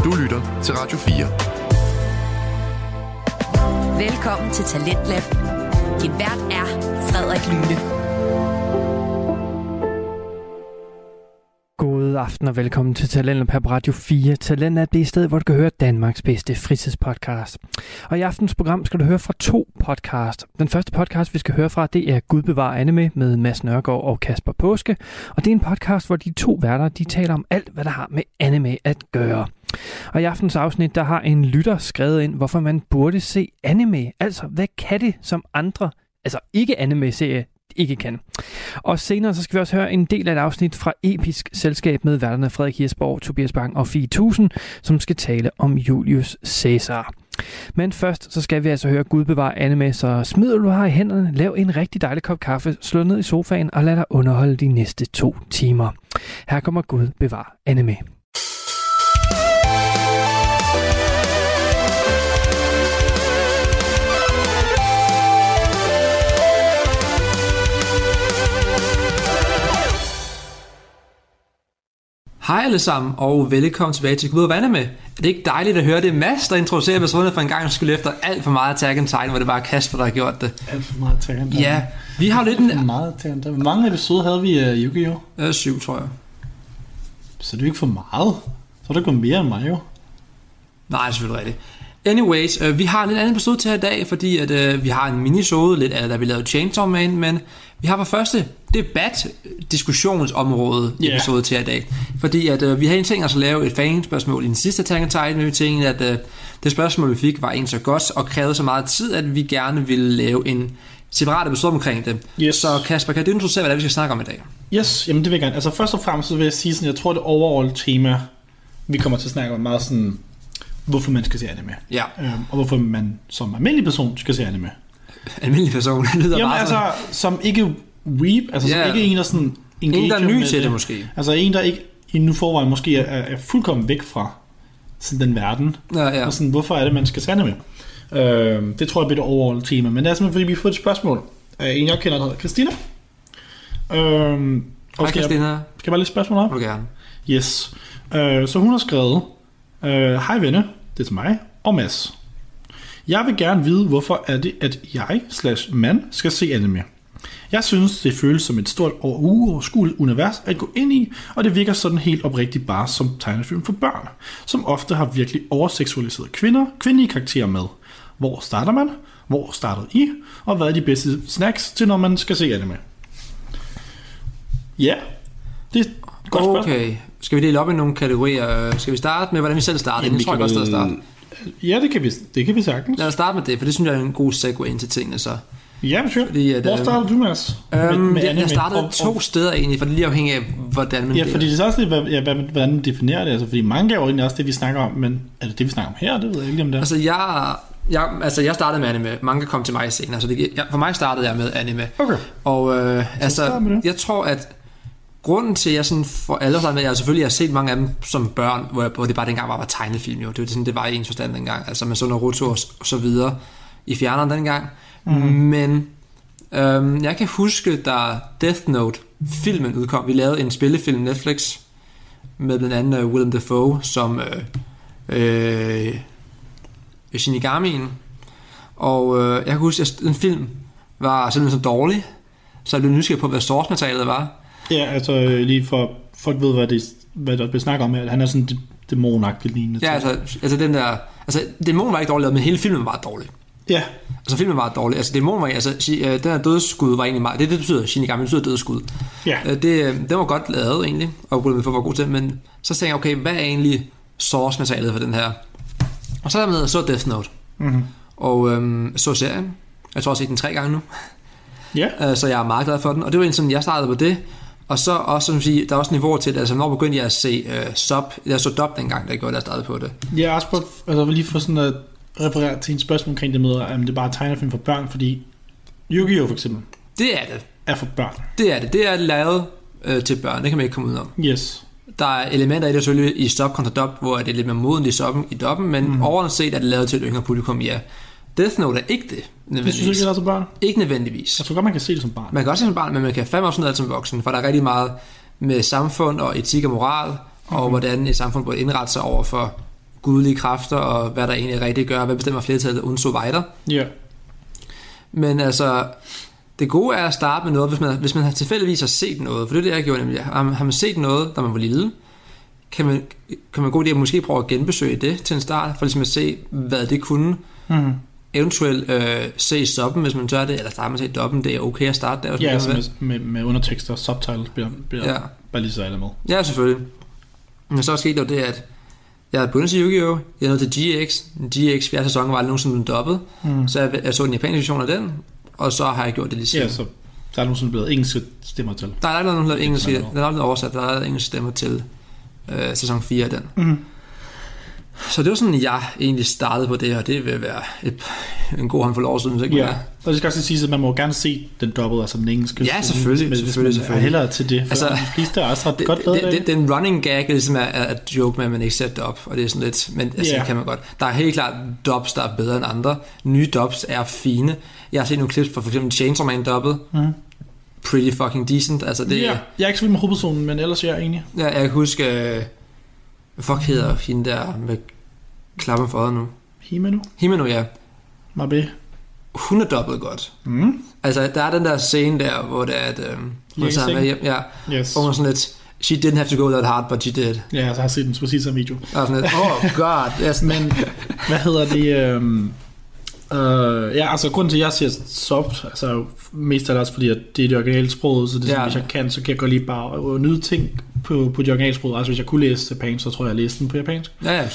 Du lytter til Radio 4. Velkommen til Talentlab. Din vært er Frederik Lyne. God aften og velkommen til Talentlab her på Radio 4. Talentlab, det er et sted, hvor du kan høre Danmarks bedste fritidspodcast. Og i aftens program skal du høre fra 2 podcast. Den første podcast, vi skal høre fra, det er Gud bevarer anime med Mads Nørgaard og Kasper Påske. Og det er en podcast, hvor de 2 værter, de taler om alt, hvad der har med anime at gøre. Og i aftens afsnit, der har en lytter skrevet ind, hvorfor man burde se anime. Altså, hvad kan det, som andre, altså ikke anime-serier, ikke kan. Og senere så skal vi også høre en del af et afsnit fra Episk Selskab med værterne Frederik Hirsborg, Tobias Bang og Fie Tusen, som skal tale om Julius Caesar. Men først så skal vi altså høre Gud bevarer anime, så smid du har i hænderne, lav en rigtig dejlig kop kaffe, slå ned i sofaen og lad dig underholde de næste 2 timer. Her kommer Gud bevarer anime. Hej alle sammen, og velkommen tilbage til Gud bevarer anime. Er det ikke dejligt at høre det Mads, der introducerer episoden for en gang, og skulle efter alt for meget Attack on Titan, hvor det bare Kasper, der har gjort det. Alt for meget Attack on Titan. Ja, vi har lidt en... Meget Attack on Titan. Hvor mange episoder havde vi af Yu-Gi-Oh? 7, tror jeg. Så det er jo ikke for meget. Så er der gået mere end mig jo. Nej, det er selvfølgelig rigtigt. Anyways, vi har en lidt anden episode til her i dag, fordi at, vi har en minisode, lidt af da vi lavede Chainsaw Man, men vi har på første debat-diskussionsområde episode til her i dag. Fordi at vi har en ting at lave et fanspørgsmål i den sidste Attack on Titan, men vi tænkte, at det spørgsmål, vi fik, var en så godt og krævede så meget tid, at vi gerne ville lave en separat episode omkring det. Yes. Så Kasper, kan du introducere, hvad det er, vi skal snakke om i dag? Yes, jamen det vil jeg gerne. Altså først og fremmest så vil jeg sige sådan, jeg tror det overall tema, vi kommer til at snakke om meget sådan, hvorfor man skal se anime. Ja. Og hvorfor man som almindelig person skal se anime. Almindelig person, det lyder bare altså, som ikke weeb, altså som ikke en, der sådan en, der er ny til det måske. Altså en, der ikke nu forvejen måske er fuldkommen væk fra sådan den verden. Ja. Og sådan, hvorfor er det, man skal se anime? Det tror jeg bliver det overall tema. Men det er simpelthen, fordi vi har fået et spørgsmål af en, jeg kender, der hedder Christina. Hej Christina. Skal jeg bare læse spørgsmålet op? Vil du gerne. Yes. Så hun har skrevet, hej venner, det er til mig og Mads. Jeg vil gerne vide, hvorfor er det, at jeg/mand skal se anime. Jeg synes, det føles som et stort og uoverskueligt univers at gå ind i, og det virker sådan helt oprigtigt bare som tegnefilm for børn, som ofte har virkelig overseksualiserede kvindelige karakterer med. Hvor starter man? Hvor startede I? Og hvad er de bedste snacks til, når man skal se anime? Ja, det er et godt spørgsmål. Okay, skal vi dele op i nogle kategorier? Skal vi starte med, hvordan vi selv starter? Jamen, det tror jeg godt sted at starte. Ja, det kan vi sagtens. Lad os starte med det, for det synes jeg er en god segue ind til tingene så. Ja, sure. Hvor startede du, Mads? Jeg startede 2 steder egentlig, for det er lige afhængig af, hvordan man... Ja, fordi det er også lidt, hvordan man definerer det. Altså, fordi mange er jo egentlig også det, vi snakker om, men er det det, vi snakker om her? Det ved jeg ikke, om det er. Altså, jeg startede med anime. Mange kom til mig senere, så for mig startede jeg med anime. Okay. Og jeg tror, at grunden til, at jeg sådan for alle startede med, jeg selvfølgelig har set mange af dem som børn, hvor det bare dengang var tegnefilm jo. Det var sådan, det var i ens forstand dengang. Altså med sådan Naruto og så videre i fjerneren dengang. Mm-hmm. Men jeg kan huske, da Death Note-filmen udkom. Vi lavede en spillefilm Netflix med blandt andet Willem Dafoe som Shinigamien. Og jeg kan huske, at den film var simpelthen så dårlig, så jeg blev nysgerrig på, hvad source-materialet var. Ja, altså lige for folk ved, hvad der bliver snakket om her. Han er sådan dæmonagtig lignende. Ja, altså den der... Altså, dæmonen var ikke dårlig, men hele filmen var dårlig. Ja. Altså filmen var dårlig. Altså dæmonen var... Altså, den her dødsskud var egentlig meget... Det betyder Shinigami, det betyder dødsskud. Ja. Den var godt lavet egentlig, og Willem Dafoe var god til, men så tænkte jeg, okay, hvad er egentlig source-materialet for den her? Og så der så Death Note. Mm-hmm. Og så serien. Jeg tror, jeg har set den 3 gange nu. Ja. Så jeg er meget glad for den. Og det var sådan, jeg startede på det. Og så også, som sige, der er også niveauer til det. Altså, når begyndte jeg at se sub. Jeg så dub dengang, der jeg startede på det. Jeg har også prøvet, altså lige for sådan at referere til en spørgsmål omkring det med, at det er bare tegnefilm for børn, fordi Yu-Gi-Oh! For eksempel. Det er det. Er for børn. Det er det. Det er lavet til børn. Det kan man ikke komme ud om. Yes. Der er elementer i det selvfølgelig i sub kontra dub, hvor det er lidt mere moden i dubben, men overordnet set er det lavet til et yngre publikum, ja. Death Note er ikke det, nødvendigvis. Det synes du ikke, det er som barn? Ikke nødvendigvis. Jeg tror godt, man kan se det som barn. Man kan også se det som barn, men man kan fandme også sådan noget som voksen, for der er rigtig meget med samfund og etik og moral, og hvordan et samfund burde indrette sig over for gudelige kræfter, og hvad der egentlig rigtig gør, hvad bestemmer flertallet, und so weiter. Ja. Men altså, det gode er at starte med noget, hvis man har tilfældigvis har set noget, for det er det, jeg gjorde nemlig. Har man set noget, da man var lille, kan man gå det at måske prøve at genbesøge det til en start, for ligesom at se, hvad det kunne. Eventuelt se subben, hvis man tør det, eller starte med at se dubben, det er okay at starte der. Ja, altså med undertekster og subtitles bliver bare lige så alle med. Ja, selvfølgelig. Men så er sket det, at jeg havde begyndt til Yu-Gi-Oh! Jeg nåede til GX. GX 4. sæson var aldrig nogensinde dubbet, så jeg så den japanske version af den, og så har jeg gjort det lige siden. Ja, så der er nogensinde blevet engelske stemmer til. Der er aldrig nogen engelske, der er aldrig oversat, der er engelske stemmer til sæson 4 af den. Så det var sådan, jeg egentlig startede på det, og det vil være en god håndfuld år siden. Ja, og det skal også sige, at man må gerne se den dobbelt, altså den engelske. Ja, selvfølgelig. Hvis man er hellere til det, for altså, de fleste er også ret godt bedre det. Den running gag ligesom er at joke med, at man ikke ser dub, og det er sådan lidt, men altså, kan man godt. Der er helt klart dubs, der er bedre end andre. Nye dubs er fine. Jeg har set nogle clips fra for eksempel Chainsaw Man dubbet. Pretty fucking decent. Altså, det, jeg er ikke så vild med hovedpersonen, men ellers er jeg enig. Ja, jeg kan huske, hvad fuck hedder hende der med klappen for øjet nu? Himeno, ja. Mabe. Hun er dobbelt godt. Altså, der er den der scene der, hvor det er, at hun tager med hjem, hvor hun sådan lidt, she didn't have to go that hard, but she did. Ja, så har jeg set den præcis samme video. Og sådan lidt, oh god. Yes. Men, hvad hedder det? Ja, altså grunden til, at jeg siger soft, altså mest af det også, fordi at det er det originale sprog, så det er, hvis jeg kan, så kan jeg godt lige bare nyde ting på det originale sprog. Altså hvis jeg kunne læse japansk, så tror jeg læste den på japansk. Ja,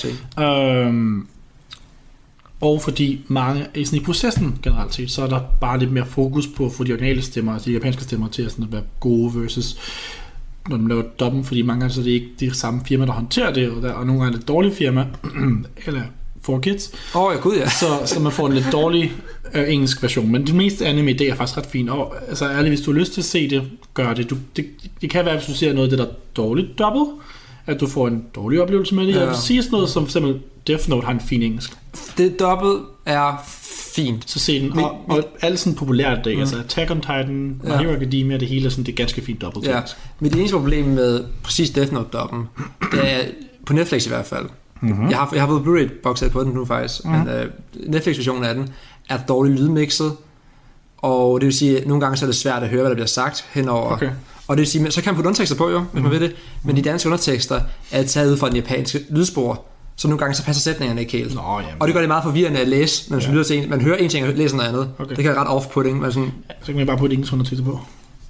og fordi mange i processen generelt set, så er der bare lidt mere fokus på at få de originale stemmer, altså de japanske stemmer til at være gode versus når de laver dubben, fordi mange gange så er det ikke de samme firma, der håndterer det, og nogle gange er det dårlige firma, eller for kids. Så man får en lidt dårlig engelsk version. Men det meste anime, det er faktisk ret fint. Og altså ærligt, hvis du har lyst til at se det, gør det. Det kan være, hvis du ser noget af det, der er dårligt dubbet, at du får en dårlig oplevelse med det. Jeg vil sige sådan noget som for eksempel Death Note har en fin engelsk. Det dubbet er fint. Så se den. Og alt sådan populært i dag, altså Attack on Titan, My Hero Academia, det hele er sådan, det er ganske fint dubbet. Ja. Men det eneste problem med præcis Death Note dubben, det er på Netflix i hvert fald. Jeg har fået Blu-ray-boxet på den nu faktisk, men Netflix-versionen af den er dårligt lydmixet, og det vil sige, at nogle gange så er det svært at høre, hvad der bliver sagt henover. Okay. Og det vil sige, så kan man putte undertekster på jo, hvis man vil det, men de danske undertekster er taget ud fra den japanske lydspor, så nogle gange så passer sætningerne ikke helt. Og det gør det meget forvirrende at læse, men hvis man, man hører en ting og læser noget andet. Okay. Det kan være ret off-putting. Men sådan, så kan man bare putte engelsk undertekster på.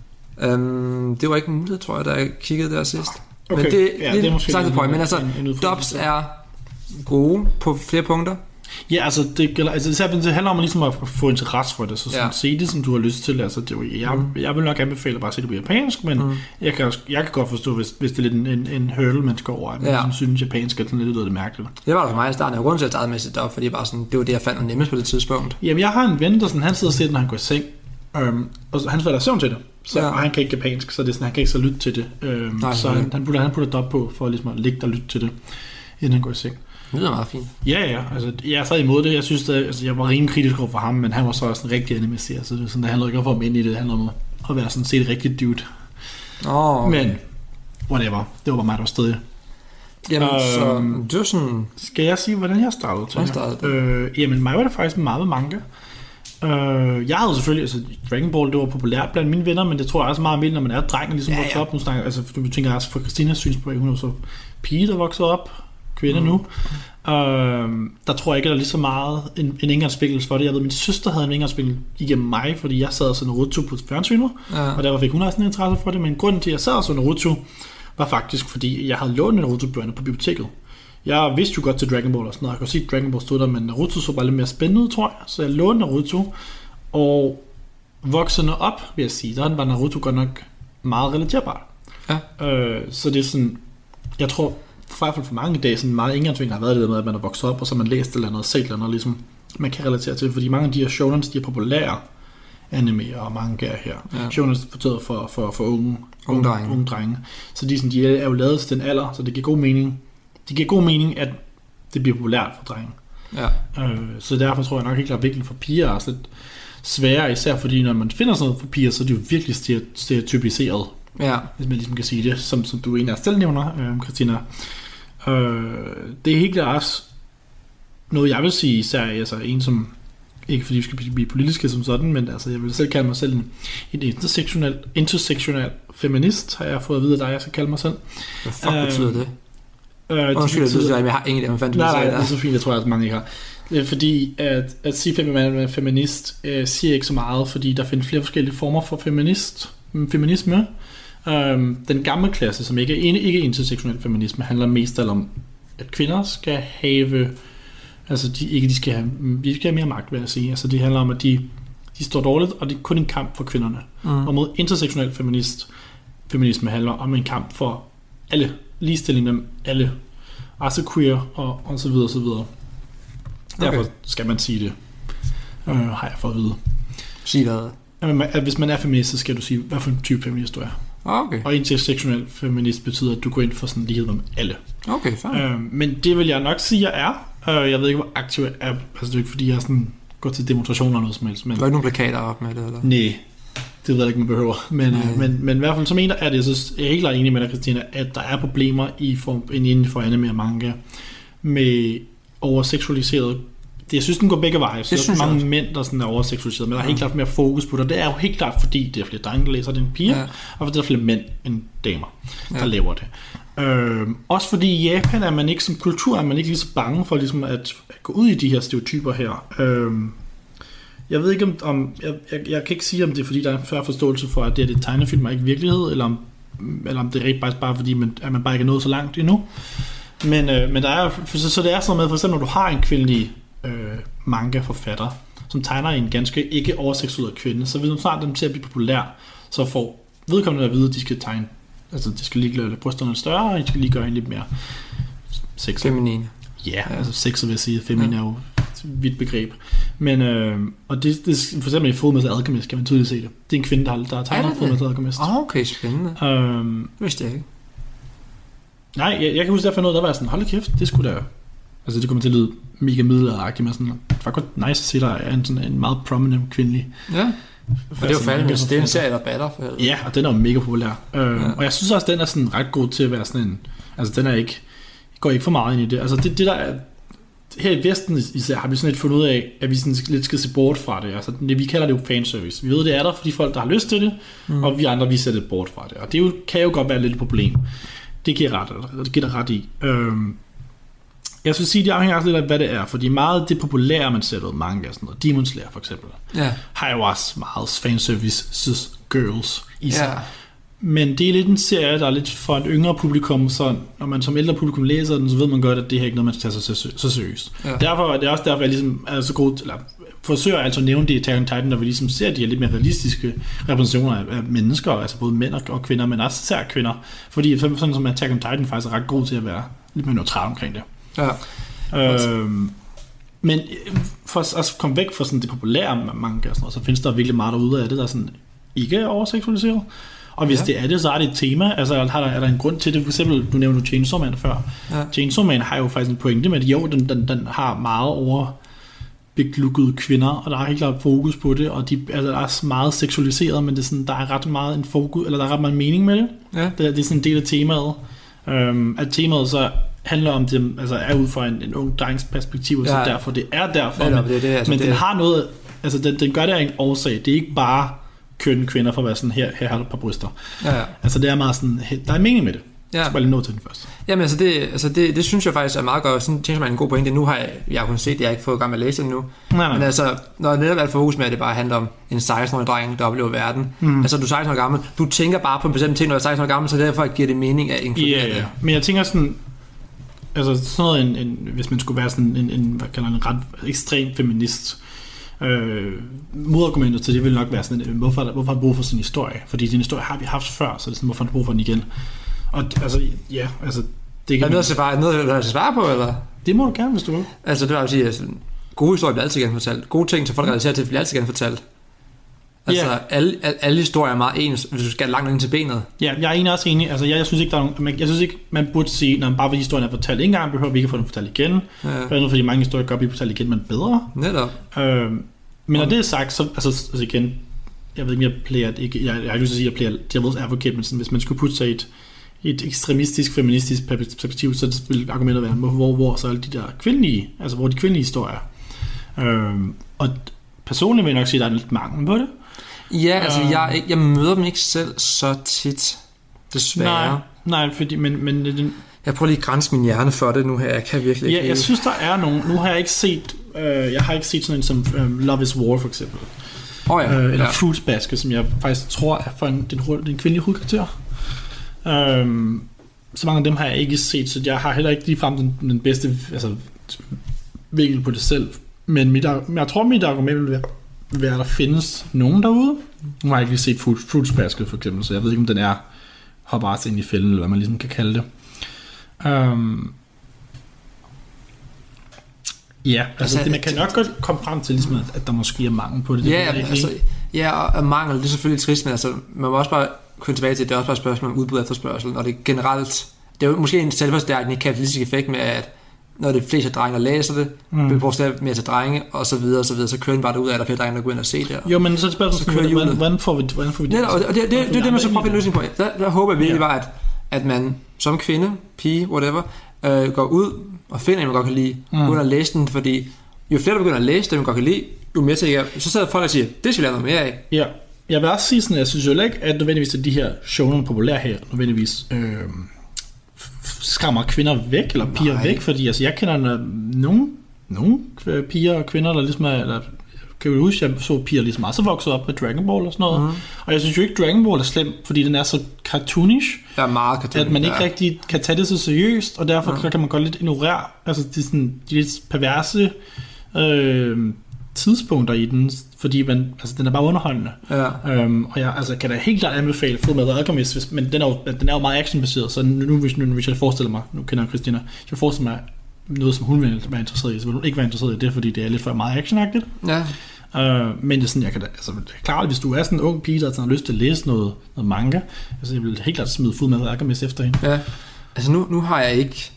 Det var ikke en mulighed, tror jeg, da jeg kiggede der sidst. Okay. Men det er måske sagt point, men altså dubs er gode på flere punkter. Ja, altså det handler om ligesom at få interesse for det, så sådan, se det, som du har lyst til. Altså, jeg vil nok anbefale at bare se det på japansk, men jeg kan godt forstå, hvis det er lidt en hurdle, man skal over, at man synes, japansk er sådan lidt noget mærkeligt. Det var det for mig i starten. Jeg var grund til at starte med sit dub, fordi bare sådan, det var det, jeg fandt nemmest på det tidspunkt. Jamen, jeg har en ven, der sådan, han sidder og ser det, når han går i seng, og han falder søvn til det. Og han kan ikke japansk, så det er sådan, han kan ikke så lytte til det. Så han putter dub på, for ligesom at ligge og lytte til det, inden han går i seng. Det lyder meget fint. Ja, altså jeg er stadig imod det. Jeg synes, jeg var rimelig kritisk over for ham, men han var så også en rigtig anime-serie, så det handler ikke om at få ham ind i det handler om at være sådan set rigtig dude. Okay. Men whatever, det var bare mig, der var stadig. Jamen, så det var sådan... Skal jeg sige, hvordan jeg startede? Jamen, mig var det faktisk meget med manga. Jeg havde selvfølgelig, altså Dragon Ball, det var populært blandt mine venner, men det tror jeg også meget mere, når man er dreng, ligesom vokset op. Nu snakker, altså, du tænker også for Christinas synspunkt, hun er så pige, der voksede op, kvinde nu. Der tror jeg ikke, der er lige så meget en indgangsspil for det. Jeg ved, min søster havde en indgangsspil igennem mig, fordi jeg sad sådan Naruto på fjernsynet, og derfor fik hun også en interesse for det, men grunden til, at jeg sad sådan Naruto, var faktisk, fordi jeg havde lånt Naruto-bøgerne på biblioteket. Jeg vidste jo godt til Dragon Ball og sådan noget. Jeg kunne sige, at Dragon Ball stod der, men Naruto så bare lidt mere spændende, tror jeg. Så jeg lånte Naruto, og voksende op, vil jeg sige, der var Naruto godt nok meget relaterbart. Ja. Så det er sådan, jeg tror, i hvert fald for mange dage, sådan meget indgangsvinkel har været det der med, at man er vokset op, og så man læst et eller andet, set et eller andet, ligesom man kan relatere til, fordi mange af de her shonens, de er populære anime og manga her. Ja. Shonens er fortalt for unge drenge. Så de er jo lavet til den alder, så det giver god mening. Det giver god mening, at det bliver populært for drenge. Ja. Så derfor tror jeg nok ikke, at vigtigt for piger er lidt sværere, især fordi når man finder sådan noget for piger, så er det jo virkelig stereotypiseret. Ja. Hvis man ligesom kan sige det, som du egentlig selv nævner, Christina. Det er helt klart også noget jeg vil sige især, altså en som, ikke fordi vi skal blive politiske som sådan, men altså jeg vil selv kalde mig selv en intersektionel feminist, har jeg fået at vide af dig, jeg skal kalde mig selv. Hvad fuck betyder det? Jeg har ingen idé, hvad fanden du siger. Nej, det er så fint, jeg tror, at mange ikke har. Fordi at sige, at man er feminist, siger ikke så meget, fordi der findes flere forskellige former for feminisme. Den gamle klasse, som ikke er intersektionel feminisme, handler mest om, at kvinder skal have, altså de skal have mere magt, vil jeg sige. Altså det handler om, at de står dårligt, og det er kun en kamp for kvinderne. Og mod intersektionel feminisme handler om en kamp for alle, ligestilling mellem alle, altså queer og så videre, så videre. Derfor skal man sige det, har jeg fået at vide. Sig hvad? At hvis man er feminist, så skal du sige, hvad for en type feminist du er. Okay. Og intersektionel feminist betyder, at du går ind for sådan lighed med alle. Okay, fint. Men det vil jeg nok sige, jeg er. Jeg ved ikke, hvor aktiv jeg er. Altså det er ikke, fordi jeg sådan går til demonstrationer eller noget som helst. Men du har ikke nogen plakater op med det, eller? Nej, det ved jeg ikke, man behøver. Men i hvert fald som en, der er det, så er jeg helt klart enig med dig, Christina, at der er problemer inden for anime og manga med overseksualiseret. Jeg synes, den går begge veje. Så der er mange mænd, der sådan er overseksualiseret, men der er helt klart mere fokus på det. Og det er jo helt klart, fordi det er flere drenge, der læser det, end piger, og fordi der er flere mænd end damer, der laver det. Også fordi i Japan er man ikke som kultur, er man ikke lige så bange for ligesom at gå ud i de her stereotyper her. Jeg ved ikke om jeg kan ikke sige, om det er fordi, der er en før forståelse for, at det er tegnefilm og ikke virkelighed, eller om det er rigtig bare fordi, at man bare ikke er nået så langt endnu. Men der er så det er sådan med, for eksempel når du har en kvindelig manga-forfatter, som tegner en ganske ikke overseksualiseret kvinde, så vil snart dem til at blive populær, så får vedkommende at vide, at de skal tegne, altså de skal lige gøre brysterne større, og de skal lige gøre en lidt mere sexet. Feminine. Ja, altså sexet vil jeg sige, feminine er jo et vidt begreb. Men, og det for eksempel i Fullmetal Alchemist, kan man tydeligt se det. Det er en kvinde, der tegner Fullmetal Alchemist. Okay, spændende. Det vidste jeg ikke. Nej, jeg kan huske, derfor noget, der var sådan, hold da kæft, det skulle da. Altså det kommer til at lyde mega middelalderagtigt, men sådan, det var godt nice at se, der er en meget prominent kvindelig. Ja, og det er jo fandme, det er en serie, der batter. Ja, og den er jo mega populær. Og jeg synes også, den er sådan ret god til at være sådan en, altså den er ikke, går ikke for meget ind i det. Altså det der er, her i Vesten især har vi sådan lidt fundet ud af, at vi sådan lidt skal se bort fra det. Altså vi kalder det jo fanservice. Vi ved, det er der for de folk, der har lyst til det, og vi andre, vi ser lidt bort fra det. Og det jo, kan jo godt være lidt et problem. Det giver der ret i. Jeg skulle sige, det afhænger også lidt af, hvad det er, fordi meget det populære, man ser ud manga, sådan noget, Demon Slayer for eksempel, har jo også meget fanservice girls i sig. Men det er lidt en serie, der er lidt for et yngre publikum, så når man som ældre publikum læser den, så ved man godt, at det her ikke er noget, man skal tage sig så seriøst. Derfor, det er også derfor, jeg ligesom er så god, eller forsøger altså at nævne det i Attack on Titan, der vi ligesom ser de her lidt mere realistiske repræsentationer af mennesker, altså både mænd og kvinder, men også især kvinder, fordi sådan som Attack on Titan faktisk er ret god til at være lidt mere neutral omkring det. Men for at komme væk fra sådan det populære manga og sådan noget, så findes der virkelig meget derude af det, der sådan ikke er overseksualiseret. Og hvis det er det, så er det et tema. Altså er der en grund til det. For eksempel, du nævnte Chainsaw Man før. Chainsaw Man har jo faktisk en pointe med, at jo, den har meget overbeglukkede kvinder, og der er helt klart fokus på det, og der er meget seksualiseret, men det er sådan, der er ret meget en fokus, eller der er ret meget mening med det. Det er sådan en del af temaet. At temaet så handler om det, altså er ud fra en ung drengs perspektiv, så derfor det er derfor. Men den har noget, altså den gør det af en årsag. Det er ikke bare kønne kvinder for at være sådan, her har du et par bryster. Altså det er meget sådan, der er mening med det. Jeg skal bare lige nå til den først. Jamen det synes jeg faktisk er meget godt. Sådan tænker man en god pointe. Nu har jeg kun set det, jeg har ikke fået gang med at læse det nu. Nej. Men altså, når netop er fokus med, at det bare handler om en 16-årig dreng, der oplever verden. Altså du er 16 år gammel. Du tænker bare på en bestemt ting, når du er 16 år gammel, så derfor giver det mening at inkludere det. Men jeg tænker sådan, altså sådan noget, hvis man skulle være sådan en hvad kalder en ret ekstrem feminist, modargumenter til det vil nok være sådan, hvorfor har du brug for sin historie? Fordi din historie har vi haft før, så det er sådan, hvorfor har du brug for den igen? Og altså, ja, altså det er noget at svare på, eller? Det må du gerne, hvis du vil. Altså det vil sige, altså, gode historier bliver altid genfortalt. Gode ting, som folk relaterer til, bliver altid genfortalt. Altså alle historier er meget ens, hvis du skal langt ind til benet. Ja, jeg er også enig. Altså jeg synes ikke, jeg synes ikke, man burde sige, når bare fordi historien er fortalt en gang, behøver vi ikke at få den fortalt igen. Blandt andet fordi mange historier godt bliver fortalt igen, men bedre. Netop. Men når det er sagt, så altså igen, jeg ved ikke, jeg har lyst til at sige, at jeg player devil's advocate, men sådan, hvis man skulle putte sig et ekstremistisk, feministisk perspektiv, så vil argumentet være, hvor så alle de der kvindelige, altså hvor de kvindelige historier. Og personligt vil jeg nok sige, at der er lidt mangel på det. Ja, altså jeg møder dem ikke selv så tit, desværre. Nej, fordi, men jeg prøver lige at grænse min hjerne for det nu her. Jeg kan virkelig ikke. Ja, jeg synes, der er nogen. Nu har jeg ikke set, sådan en som Love is War, for eksempel. Eller Fruits Basket, som jeg faktisk tror er for den kvindelige hovedkarakter. Så mange af dem har jeg ikke set, så jeg har heller ikke ligefrem den bedste vinkel på det selv. Men jeg tror, mit argument vil være, at der findes nogen derude. Nu har jeg ikke lige set Fruits Basket, for eksempel, så jeg ved ikke, om den er hopper ind i fælden, eller hvad man ligesom kan kalde det. Ja, altså det, man kan nok godt komme frem til, ligesom, at der måske er mangel på det. Og mangel, det er selvfølgelig trist, men altså, man må også bare kunne tilbage til, det er også bare et spørgsmål om udbud og efterspørgsel, og det er generelt, det er jo måske en selvforstærkende kapitalistisk effekt med, at når det er flest af drenge, der læser det, vil bruge mere til drenge, og så videre, så kører den bare derud af, at der er flere drenge, der går ind og ser det. Jo, men så er det spørgsmålet, hvordan får vi det? Ja, og det er det, man så prøver at finde løsning på. Der håber jeg virkelig bare, at man som kvinde, pige, whatever, går ud og finder en, man godt kan lide, uden at læse den, fordi jo flere, der begynder at læse det, man godt kan lide, jo mere til jeg. Så sidder folk og siger, det skal jeg lave noget mere af. Ja, jeg vil også sige sådan, jeg synes jo ikke, at nødvendigvis at de her shows populære her, nødvendigvis skræmmer kvinder væk, eller piger væk, fordi altså, jeg kender nogle piger og kvinder, der ligesom er, kan du huske, jeg så piger ligesom også vokset op med Dragon Ball og sådan noget, og jeg synes jo ikke, Dragon Ball er slem, fordi den er så cartoonish, at man ikke rigtig kan tage det så seriøst, og derfor kan man godt lidt ignorere, altså de lidt perverse tidspunkter i den, fordi den er bare underholdende. Og jeg kan da helt klart anbefale Fullmetal Alchemist, men den er jo meget actionbaseret, så hvis jeg forestiller mig, nu kender jeg Christina, jeg forestiller mig noget, som hun vil være interesseret i, så vil hun ikke være interesseret i det, fordi det er lidt for meget actionagtigt. Ja. Men det er sådan, jeg kan da, altså klart, hvis du er sådan en ung pige, der har lyst til at læse noget manga, altså jeg vil helt klart smide Fullmetal Alchemist efter hende. Ja, altså nu har jeg ikke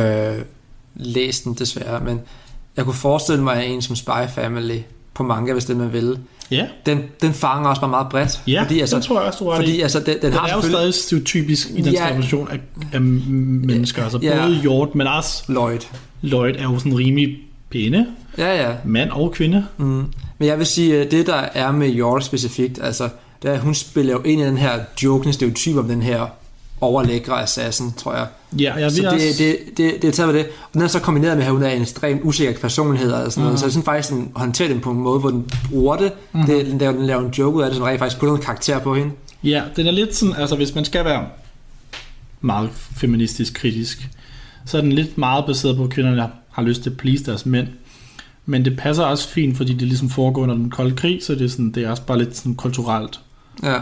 læst den desværre, men jeg kunne forestille mig, at en som Spy Family på manga, hvis det man vil. Ja. Den fanger også bare meget bredt. Ja, fordi, altså, den tror jeg også, du har fordi, altså, den har er jo stadig stereotypisk i den tradition af mennesker. Altså både Hjort, men også Lloyd er jo sådan rimelig pæne. Ja. Mand og kvinde. Men jeg vil sige, at det der er med Hjort specifikt, altså, hun spiller jo ind i den her jokende stereotyp om den her overlækre assassin, tror jeg. Ja, jeg så det er taget med det. Og den er så kombineret med, at hun er en ekstremt usikker personlighed og sådan noget. Så jeg synes faktisk, at den håndterer den på en måde, hvor den bruger det. Den laver en joke ud af det, som rent faktisk putter noget karakter på hende. Ja, den er lidt sådan, altså hvis man skal være meget feministisk kritisk, så er den lidt meget baseret på, at kvinderne har lyst til at please deres mænd. Men det passer også fint, fordi det ligesom foregår under den kolde krig, så det er også bare lidt sådan kulturelt. Ja.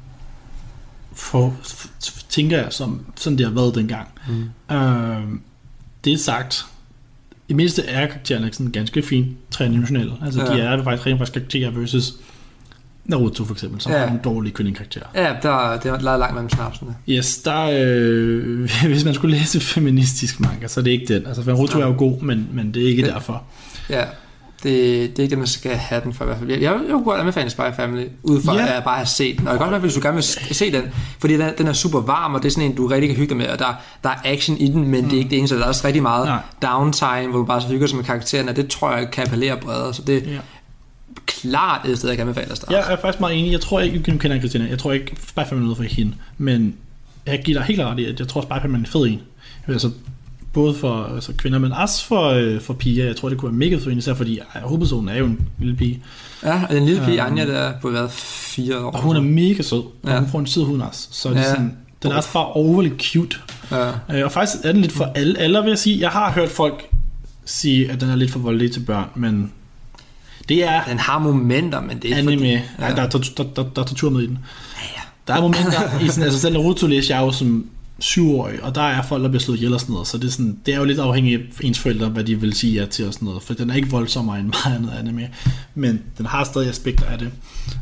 Tænker jeg, sådan det har været dengang. Det er sagt, i mindste er karaktererne sådan ganske fint tredimensionelle. Altså de er faktisk rent karakterer versus Naruto for eksempel, som har en dårlig kyllingkarakter. Ja, der er langt mellem snapsene. Yes, hvis man skulle læse feministisk manga, så er det ikke den. Altså Naruto er jo god, men det er ikke derfor. Ja. Det er ikke det, man skal have den for i hvert fald. Jeg kunne godt anbefale Spy Family, ud fra at jeg bare har set den. Og jeg kan godt være, hvis du gerne vil se den, fordi den er super varm, og det er sådan en, du rigtig kan hygge dig med, og der er action i den, men det er ikke det eneste. Der er også rigtig meget downtime, hvor du bare så hygger sig med karaktererne, og det tror jeg kan appellere bredere, så det er klart et sted, jeg kan anbefale at starte. Jeg er faktisk meget enig. Jeg tror ikke, du kender Christina. Jeg tror ikke, Spy Family er noget for hende, men jeg giver dig helt ret i, at jeg tror, Spy Family er en fed en. Altså, både for kvinder, men også for piger. Jeg tror, det kunne være mega for hende, især fordi hovedpersonen er jo en lille pige. Ja, og den lille pige, Anja, der er på været 4 år. Og hun er mega sød, og hun får en sød hund også. Så det er sådan, den er også bare overly cute. Ja. Og faktisk er den lidt for alle, vil jeg sige. Jeg har hørt folk sige, at den er lidt for voldelig til børn, men det er... Den har momenter, men det er anime. Fordi... Ja. Der er tortur med i den. Ja. Der er momenter i sådan, altså selv Naruto læser jeg jo som 7-årig, og der er folk, der bliver slået ihjel og sådan noget, så det er jo lidt afhængigt af ens forældre, hvad de vil sige til og sådan noget, for den er ikke voldsommere end meget andet anime, men den har stadig aspekter af det.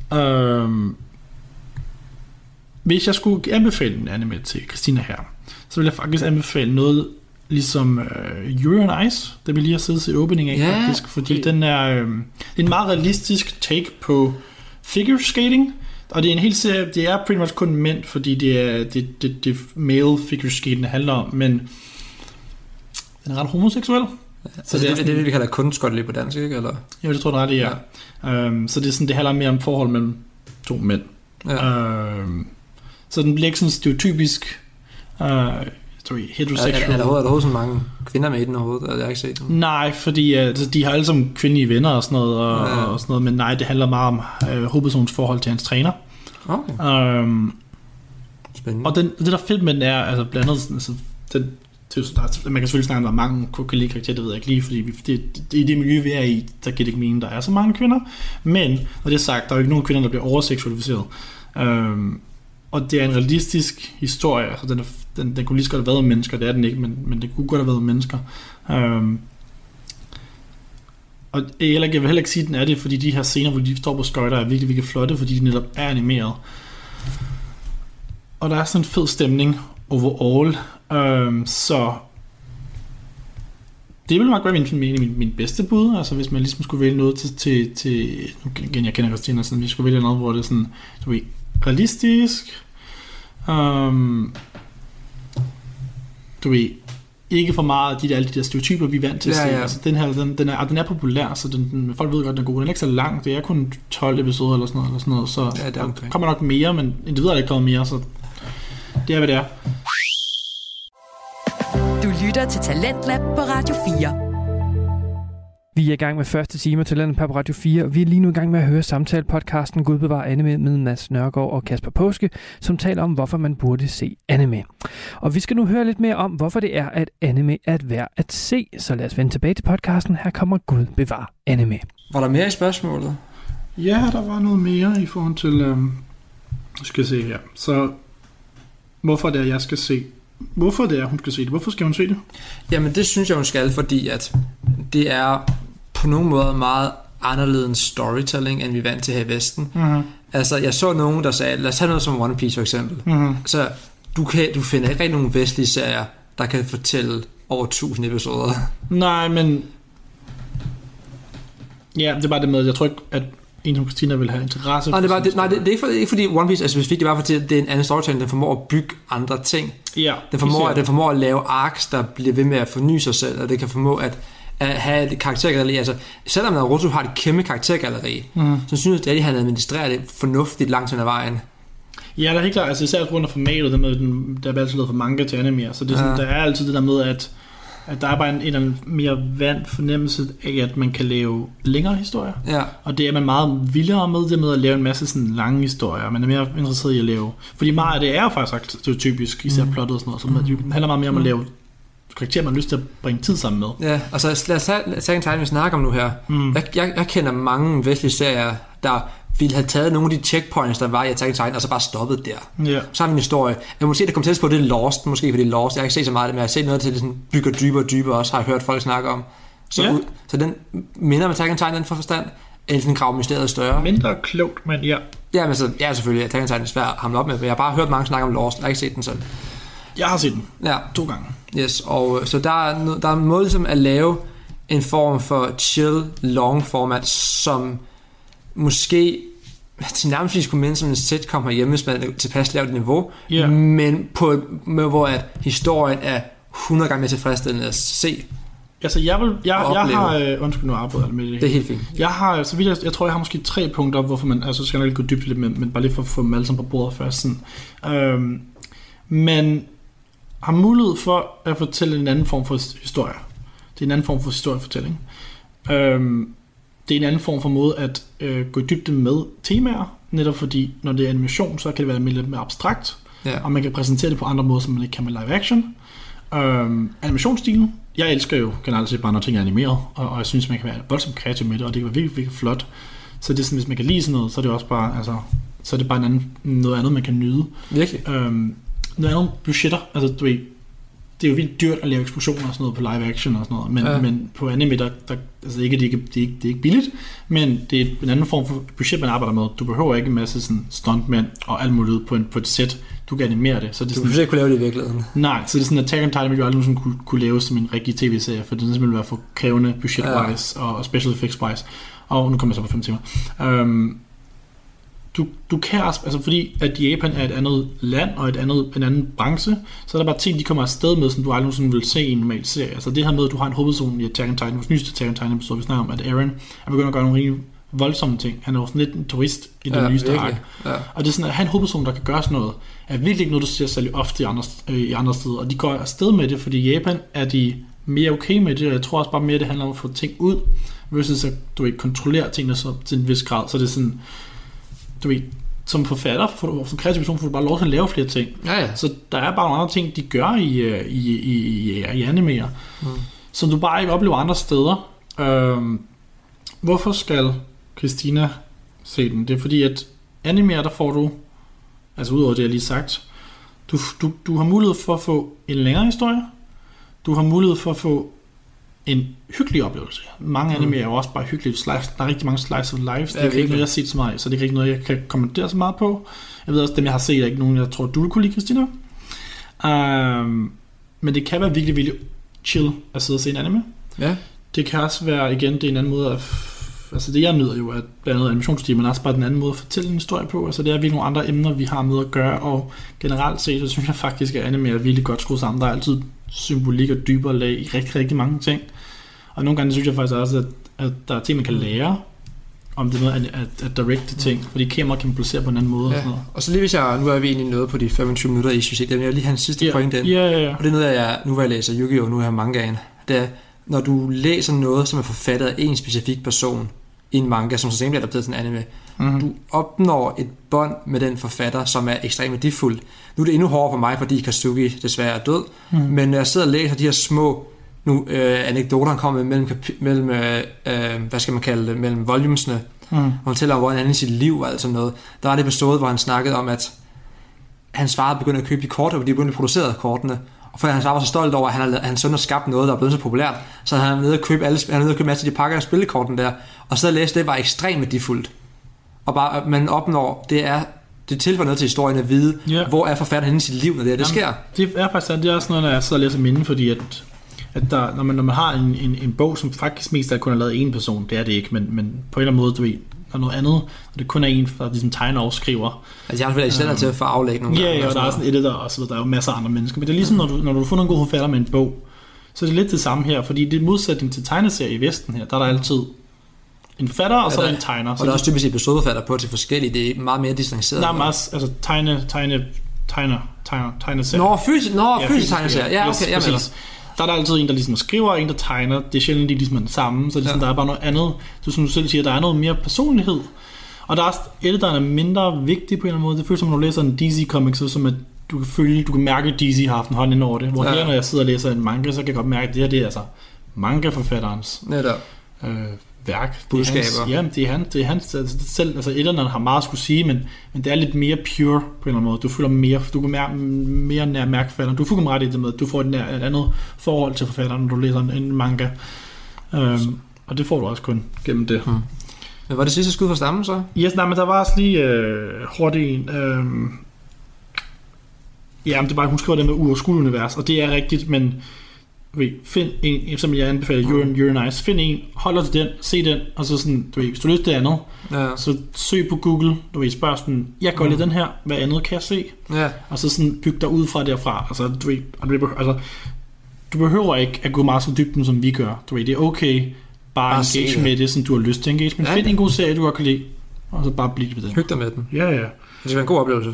Hvis jeg skulle anbefale en anime til Christina her, så vil jeg faktisk anbefale noget ligesom Yuri on Ice, det vil lige have siddet i opening af faktisk, fordi den er en meget realistisk take på figure skating. Og det er en hel serie, det er pretty much kun mænd, fordi det er det male figure skaten handler om, men den er ret homoseksuel. Så det er det, vi kalder kunstskottelige på dansk, ikke? Eller? Jo, det tror jeg, det er. Ja. Så det er sådan, det handler mere om forhold mellem to mænd. Ja. Så den bliver ikke sådan stereotypisk heteroseksuel. Er der overhovedet så mange kvinder med i den overhovedet? Jeg har ikke set dem. Nej, fordi de har alle sammen kvindelige venner og sådan noget, og sådan noget, men nej, det handler meget om hovedpersonens forhold til hans træner. Okay. Spændende. Og det der fedt med den er, altså blandt andet, altså, man kan selvfølgelig snakke om, at mange kunne lide karakterer, det ved jeg ikke lige, fordi i det miljø, vi er i, der giver det ikke mening, der er så mange kvinder. Men, når det er sagt, der er jo ikke nogen kvinder, der bliver overseksualiseret. Og det er en realistisk historie, altså den kunne lige så godt have været om mennesker, det er den ikke, men det kunne godt have været om mennesker. Og jeg vil heller ikke sige, at den er det, fordi de her scener, hvor de står på skøjter, er virkelig, virkelig flotte, fordi de netop er animeret. Og der er sådan en fed stemning overall, så det vil nok være min bedste bud, altså hvis man ligesom skulle vælge noget til igen, jeg kender Christina, så vi skulle vælge noget, hvor det er sådan, realistisk, ikke for meget alle de der stereotyper, vi er vant til at se. Ja. Altså, den er populær, så folk ved godt, den er god. Den er ikke så lang, det er kun 12 episoder eller sådan noget, så ja, der kommer nok mere, men individer er ikke kommet mere, så det er, hvad det er. Du lytter til Talentlab på Radio 4. Vi er i gang med første time af Talentlab på Radio 4. Vi er lige nu i gang med at høre samtale-podcasten Gud bevarer anime med Mads Nørgaard og Kasper Påske, som taler om, hvorfor man burde se anime. Og vi skal nu høre lidt mere om, hvorfor det er, at anime er værd at se. Så lad os vende tilbage til podcasten. Her kommer Gud bevarer anime. Var der mere i spørgsmålet? Ja, der var noget mere i forhold til... skal jeg se her. Så hvorfor det er, jeg skal se... Hvorfor det er, hun skal se det? Hvorfor skal hun se det? Jamen, det synes jeg, hun skal, fordi at det er på nogle måder meget anderledes storytelling, end vi er vant til her i Vesten. Mm-hmm. Altså, jeg så nogen, der sagde, lad os have noget som One Piece for eksempel. Mm-hmm. Så du finder ikke rigtig nogen vestlige serier, der kan fortælle over 1000 episoder. Nej, men... Ja, det er bare det med, jeg tror ikke, at en som Christina vil have interesse for. Det er ikke fordi One Piece er specifikt, det er bare fordi, det er en anden storytelling, den formår at bygge andre ting. Ja, den formår at lave arcs, der bliver ved med at forny sig selv, og det kan formå at have et karaktergalleri. Altså, selvom Naruto har et kæmpe karaktergalleri, så synes jeg, at han administrerer det fornuftigt langt hen ad vejen. Ja, der er helt klart, altså især på grund af formatet, der er altid lavet fra manga til anime, så det er sådan, der er altid det der med, at der er bare en eller anden mere vant fornemmelse af, at man kan lave længere historier. Ja. Og det er man meget vildere med, det med at lave en masse sådan lange historier. Man er mere interesseret i at lave... Fordi meget af det er jo faktisk stereotypisk, især plottet og sådan noget. Så det handler meget mere om at lave karakterer, man har lyst til at bringe tid sammen med. Ja, og så lad os tage en tegn, vi snakker om nu her. Jeg kender mange vestlige serier, der ville have taget nogle af de checkpoints, der var i Attack on Titan, og så bare stoppet der. Yeah. Så har vi en historie. Jeg må sige, at det kommer til på, det er Lost, måske fordi Lost. Jeg har ikke set så meget af det, men jeg har set noget til, det sådan bygger dybere og dybere også, har jeg hørt folk snakke om. Så, så den minder om Attack on Titan, den for forstand, end sådan grav mysteriet større. Mindre klogt, men ja. Ja, men så, ja, selvfølgelig, Attack on Titan er svært at hamle op med, men jeg har bare hørt mange snakke om Lost, jeg har ikke set den sådan. Jeg har set den. Ja. 2 gange. Yes, og så der er en måde ligesom at lave en form for chill, long format, som måske til nærmest skulle minde som en sitcom herhjemme, hvis man er tilpas lavt niveau, men hvor at historien er 100 gange mere tilfredsstillende at se. Altså jeg har undskyld nu arbejdet med det. Det er helt fint. Jeg har så vidt jeg tror jeg har måske 3 punkter, hvorfor man altså skal nok gå dybt lidt, men bare lige for at få dem alle sammen på bordet først sådan. Man har mulighed for at fortælle en anden form for historie. Det er en anden form for historiefortælling. Det er en anden form for måde at gå i dybde med temaer, netop fordi, når det er animation, så kan det være lidt mere abstrakt, og man kan præsentere det på andre måder, som man ikke kan med live action. Animationsstilen, jeg elsker jo generelt set bare, når ting er animeret, og jeg synes, man kan være voldsomt kreativ med det, og det kan være virkelig, virkelig flot. Så det er sådan, hvis man kan lide sådan noget, så er det også bare, altså, så er det bare noget andet, man kan nyde. Virkelig. Noget andet budgetter, altså du ved, det er jo vildt dyrt at lave eksplosioner og sådan noget på live action og sådan noget, men på anime, der altså det er ikke billigt, men det er en anden form for budget, man arbejder med. Du behøver ikke en masse sådan stuntmænd og alt muligt på et sæt. Du kan animere det. Så det er sådan, du ikke kunne lave det i virkeligheden. Nej, så det er sådan, at Attack on Titan ville jo aldrig sådan kunne laves som en rigtig tv-serie, for det simpelthen ville være for krævende budget-wise og special effects-wise. Og nu kommer jeg så på 5 timer. du kan også, altså fordi at Japan er et andet land og en anden branche, så er der bare ting, de kommer afsted med, som du aldrig nogensinde vil se i en normal serie. Altså det her med, at du har en hovedperson i Attack on Titan, vores nyeste Attack on Titan episode, vi snakker om, at Eren er begyndt at gøre nogle rigtig voldsomme ting. Han er også lidt en turist i den nyeste ark. Ja. Og det er sådan, at have en hovedperson, der kan gøre sådan noget, er virkelig ikke noget, du ser særlig ofte i andre steder. Og de går afsted med det, fordi i Japan er de mere okay med det, og jeg tror også bare mere, det handler om at få ting ud, versus at du ikke kontrollerer tingene så til en vis grad. Så det er sådan, du ved, som forfatter, som kreativ person, får du bare lov til at lave flere ting. Ja. Så der er bare nogle andre ting, de gør i animeer, som du bare ikke oplever andre steder. Hvorfor skal Christina se den? Det er fordi, at animeer, der får du, altså udover det, jeg lige sagt, du har mulighed for at få en længere historie, du har mulighed for at få en hyggelig oplevelse. Mange anime er jo også bare hyggeligt. Der er rigtig mange slice of life. Det er ikke noget, jeg har set så meget, så det er ikke noget, jeg kan kommentere så meget på. Jeg ved også, dem jeg har set, er ikke nogen, jeg tror, du kunne lide, Christina. Men det kan være virkelig, virkelig chill at sidde og se en anime. Ja. Det kan også være, igen, det er en anden måde at... Altså det jeg nyder jo, at blandt andet animationsstil, men også bare den anden måde at fortælle en historie på. Altså det er virkelig nogle andre emner, vi har med at gøre, og generelt set, så synes jeg faktisk, at anime er virkelig godt skruet sammen. Der er altid symbolik og dybere lag i rigtig, rigtig mange ting. Og nogle gange synes jeg faktisk også, at der er ting, man kan lære, om det er noget at directe ting, fordi kamera kan man placere på en anden måde. Ja. Og sådan noget. Og så lige hvis jeg, nu er vi egentlig nået på de 25 minutter i succes, jeg vil lige have en sidste point den. Ja. Og det er noget, jeg, nu hvor jeg læser Yu-Gi-Oh! Nu har jeg mangaen, det er, når du læser noget, som er forfattet af en specifik person i en manga, som så senere bliver adapteret til en anime, du opnår et bånd med den forfatter, som er ekstremt værdifuld. Nu er det endnu hårdere for mig, fordi Kazuki desværre er død, men når jeg sidder og læser de her små anekdoter, han kommer mellem hvad skal man kalde det, mellem volumesne, hvor han fortæller om, hvordan han i sit liv og alt sådan noget. Der var et episode, hvor han snakkede om, at hans far begyndte at købe de kort, og de begyndte at producere kortene. Og for hans far var så stolt over, at hans søn har skabt noget, der er blevet så populært, så han er nede og købe en masse af de pakker af spillekorten der, og så læste det var ekstremt værdifuldt. Og bare, man opnår, det tilføjer noget til historien at vide, hvor er forfatteren i sit liv, når det sker. Det er faktisk det er også noget, når jeg sidder og læser minde, fordi at der, når man har en bog, som faktisk mest af kun har lavet en person, det er det ikke, men på en eller anden måde, du ved, der er noget andet, og det kun er en, der ligesom tegner og skriver. Altså jeg har selvfølgelig ikke til at få aflægge nogle gange. Ja, og der er sådan editor og så videre, der er jo masser af andre mennesker, men det er ligesom, når du får en god forfatter med en bog, så er det lidt det samme her, fordi det er modsætning til tegneserier i Vesten her, der er der altid en forfatter, og så er der en tegner. Og der er også typisk episodeforfatter på til forskellige, det er meget mere distanceret. Der er også, altså tegneserier. Nå, fysisk tegneserier, ja, okay, jeg mener. Der er der altid en, der ligesom skriver, og en, der tegner. Det er sjældent, de ligesom er den samme, så det er sådan, der er bare noget andet. Du som du selv siger, der er noget mere personlighed. Og der er også editoren er mindre vigtig på en eller anden måde. Det føles som, når du læser en DC-comic, så som at du kan mærke, at DC har haft en hånd ind over det. Hvor her, når jeg sidder og læser en manga, så kan jeg godt mærke, at det her, det er altså manga-forfatterens værk. Budskaber. Det er hans selv, altså editeren har meget at skulle sige, men det er lidt mere pure på en eller anden måde. Du føler mere, du kan mere nær mærke forfatteren. Du får ret i det med, at du får et andet forhold til forfatteren, når du læser en manga. Og det får du også kun gennem det. Men var det sidste skud for stammen så? Yes, nej, men der var også lige hurtigt en. Ja, men det er bare, hun skriver det med uoverskueligt univers, og det er rigtigt, men find en, som jeg anbefaler, You're Nice, find en, hold dig til den, se den, og så sådan, hvis du lyst til andet, så søg på Google, spørg sådan, jeg går lige den her, hvad andet kan jeg se? Og så sådan, byg dig ud fra derfra, altså, du behøver ikke at gå meget så dybden, som vi gør, det er okay, bare engage med det, som du har lyst til engage, men find en god serie, du godt kan lide, og så bare blive ved den. Hyg dig med den. Ja. Det skal være en god oplevelse.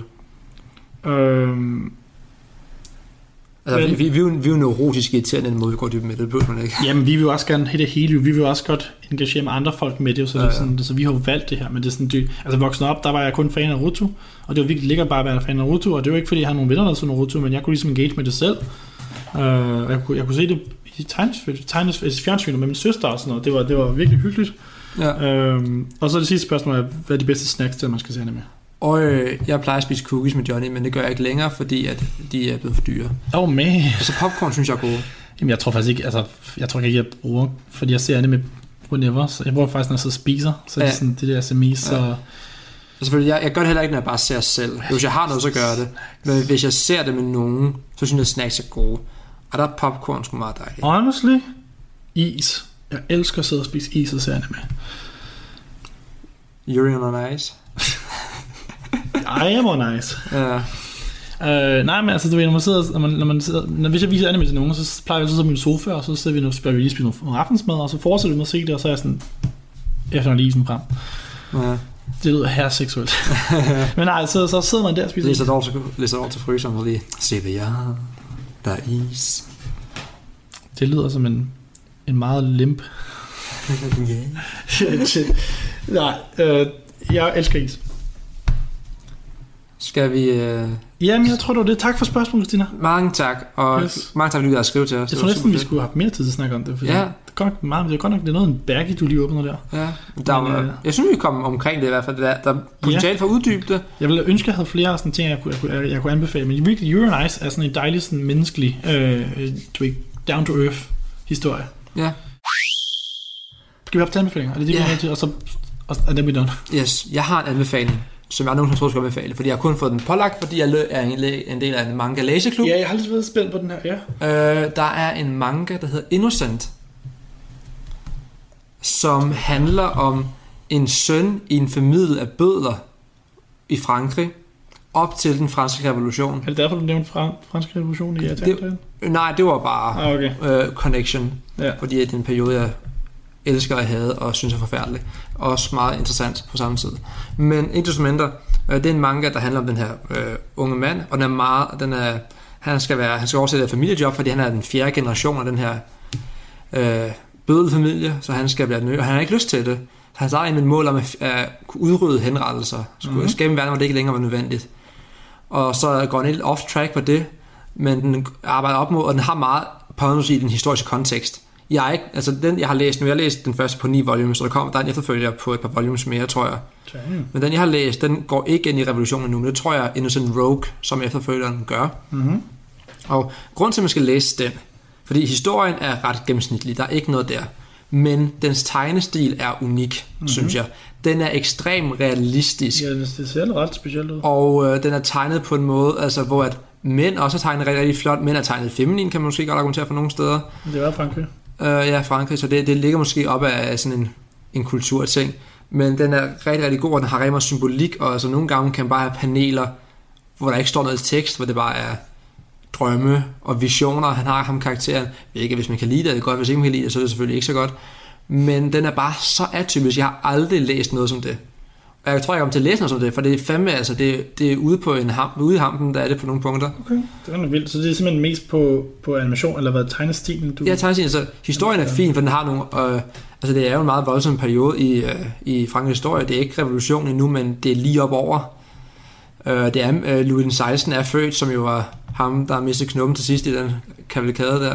Altså, vi er jo neurotisk irriterende den måde, vi går dybt med det, behøver man ikke. Jamen, vi vil jo også gerne have det hele, vi vil jo også godt engagere med andre folk med det, så, det er sådan, så vi har jo valgt det her, men det er sådan, altså voksen op, der var jeg kun fan af Naruto, og det var virkelig lækkert bare at være fan af Naruto, og det var ikke fordi, jeg har nogle venner, der så Naruto, men jeg kunne ligesom engage med det selv, jeg kunne se det i fjernsynet med min søster og sådan noget, det var virkelig hyggeligt. Og så det sidste spørgsmål er, hvad er de bedste snacks til, man skal se anime? Og jeg plejer at spise cookies med Johnny, men det gør jeg ikke længere, fordi at de er blevet for dyre. Man. Altså popcorn synes jeg er gode. Jamen jeg tror faktisk ikke, altså jeg tror ikke, jeg bruger, fordi jeg ser anime whenever, så jeg bruger faktisk, når jeg så spiser, så det er sådan det der SMEs, så... Selvfølgelig, jeg gør det heller ikke, når jeg bare ser selv. Hvis jeg har noget, så gør jeg det. Men hvis jeg ser det med nogen, så synes jeg, at snacks er gode. Og der er popcorn sgu meget dejligt. Honestly, is. Jeg elsker at sidde og spise is og se anime. Yuri on Ice. Ej, hvor nice. Ja. Nej, men altså, du ved, hvis jeg viser anime til nogen, så plejer jeg altid at min sofa, og så sidder vi nu, spørger vi lige spise nogle aftensmad, og så fortsætter vi med at se det, og så er jeg sådan, efter lige sådan frem. Ja. Det lyder herseksuelt. Men nej, så sidder man der og spiser. Læser over til fryseren og lige, se hvad jeg har, der er is. Det lyder som en meget limp. Nej, jeg elsker is. Skal vi... Jamen, jeg tror det var det. Tak for spørgsmålet, Christina. Mange tak, og mange tak, fordi du har skrevet til os. Jeg tror næsten, vi skulle have haft mere tid til at snakke om det. Ja. Det er godt nok, det er noget en bærke, du lige åbner der. Ja, jeg synes, vi kom omkring det i hvert fald. Der er potentiale for at uddybe det. Jeg ville ønske, at jeg havde flere sådan ting, jeg kunne anbefale. Men virkelig, You're Nice er sådan en dejlig, sådan menneskelig, down-to-earth historie. Ja. Skal vi have til anbefalinger? Er det det, vi har til? Og så er det, vi done? Yes, jeg har en anbefaling, som jeg nogensinde tror, jeg skal anbefale, fordi jeg har kun fået den pålagt, fordi jeg er en del af en manga læseklub. Ja, jeg har lidt været spændt på den her, ja. Der er en manga, der hedder Innocent, som handler om en søn i en familie af bødler i Frankrig, op til den franske revolution. Er det derfor, du nævnte franske revolution i Italien? Nej, det var bare connection, fordi det er en periode, jeg elsker at have og synes er forfærdelig. Også meget interessant på samme tid. Men ikke desto mindre, det er en manga, der handler om den her unge mand, og han skal oversætte et familiejob, fordi han er den 4. generation af den her bødelfamilie, så han skal blive og han har ikke lyst til det. Han har en mål om at kunne udrydde henrettelser, skabe en verden, hvor det ikke længere var nødvendigt. Og så går han lidt off-track på det, men den arbejder op mod, og den har meget på i den historiske kontekst. Jeg har læst nu, jeg har læst den første på 9 volumes, så der er en efterfølger på et par volumes mere, tror jeg. Men den jeg har læst, den går ikke ind i revolutionen nu, men det tror jeg Innocent Rogue, som efterfølgeren gør. Mm-hmm. Og grunden til, at man skal læse den, fordi historien er ret gennemsnitlig, der er ikke noget der, men dens tegnestil er unik, synes jeg. Den er ekstremt realistisk. Ja, det ser ret specielt ud. Og den er tegnet på en måde, altså hvor at mænd også er tegnet rigtig, rigtig flot. Mænd er tegnet feminin, kan man måske godt argumentere for nogle steder. Det var Frankrig. Ja, Frankrig, så det ligger måske op af sådan en kulturting. Men den er rigtig, rigtig god, og den har rigtig meget symbolik, og altså nogle gange kan man bare have paneler, hvor der ikke står noget tekst, hvor det bare er drømme og visioner. Han har ham karakteren. Jeg ved ikke, hvis man kan lide det godt. Hvis ikke man kan lide det, så er det selvfølgelig ikke så godt. Men den er bare så atypisk. Jeg har aldrig læst noget som det. Og jeg tror, jeg kommer til at læse noget som det, for det er fandme, altså det er ude på ude i hampen, der er det på nogle punkter. Okay, det er vildt. Så det er simpelthen mest på animation, eller hvad, tegnestilen? Ja, tegnestilen. Så historien er fin, for den har nogle... altså det er jo en meget voldsom periode i Frankrigs historie. Det er ikke revolution endnu, men det er lige op over. Det er Louis den 16 er født, som jo var ham, der mistede knoppen til sidst i den kavalkade der.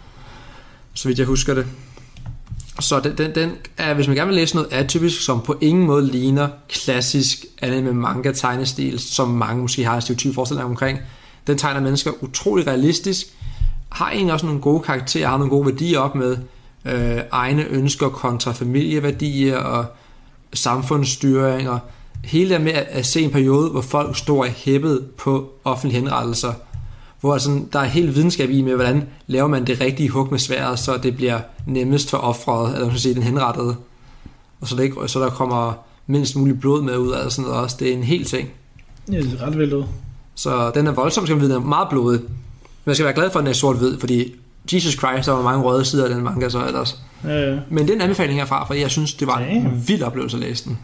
Så vidt jeg husker det. Så den er, hvis man gerne vil læse noget atypisk, som på ingen måde ligner klassisk anime manga tegnestil, som mange måske har en stereotyp forestilling omkring. Den tegner mennesker utrolig realistisk, har egentlig også nogle gode karakterer, har nogle gode værdier op med egne ønsker kontra familieværdier og samfundsstyring og hele det med at se en periode, hvor folk står hæppet på offentlige henrettelser, hvor altså, der er helt videnskab i med, hvordan laver man det rigtige hug med sværdet, så det bliver nemmest for offeret, eller man sige, den henrettede, og så der kommer mindst muligt blod med ud af sådan noget også. Det er en hel ting. Ja, det er ret vildt ud. Så den er voldsom, skal man vide, den er meget blodig. Man skal være glad for, at den er sort-hvid, fordi Jesus Christ, der var mange røde sider af den manga så ellers. Ja. Men det er en anbefaling herfra, for jeg synes, det var en vild oplevelse at læse den.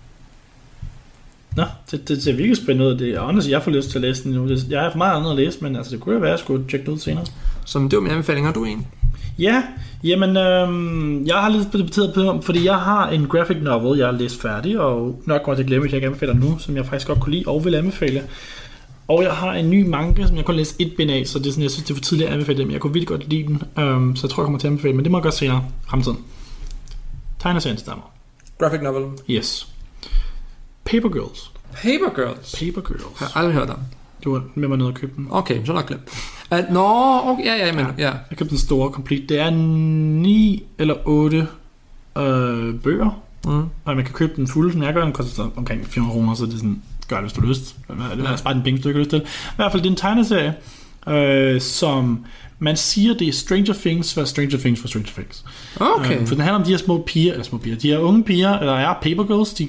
Nå, det ser virkelig spændende ud. Det er andet, jeg får lyst til at læse den nu. Jeg har for meget andet at læse, men altså, det kunne jo være, at jeg skulle tjekke det ud senere. Så det var min anbefaling. Har du en? Ja, jamen, jeg har lidt debatteret på, fordi jeg har en graphic novel, jeg har læst færdig, og nok kommer til at glemme, hvis jeg ikke anbefaler nu, som jeg faktisk godt kunne lide og vil anbefale. Og jeg har en ny manga, som jeg kun læse 1 bind af, så det er sådan, jeg synes, det er for tidligt at anbefale dem. Jeg kunne virkelig godt lide den, så jeg tror, jeg kommer til at anbefale, men det må jeg godt senere fremtiden. Tegneserien stammer. Graphic novel? Yes. Paper Girls. Paper Girls? Paper Girls. Jeg har aldrig hørt om. Du var med mig ned og købe den. Okay, så er nok glemt. Okay, ja. Jeg købte den store complete. Det er 9 eller 8 bøger, og man kan købe den fulde, som jeg gør. Den koster omkring 400 kroner, så det er sådan, gør det, hvis du har lyst. Det er bare en penge, du ikke har lyst til. I hvert fald, det er en tegneserie, som man siger, det er Stranger Things for Stranger Things for Stranger Things. Okay. For den handler om de her små piger, de her unge piger, der er Paper Girls, de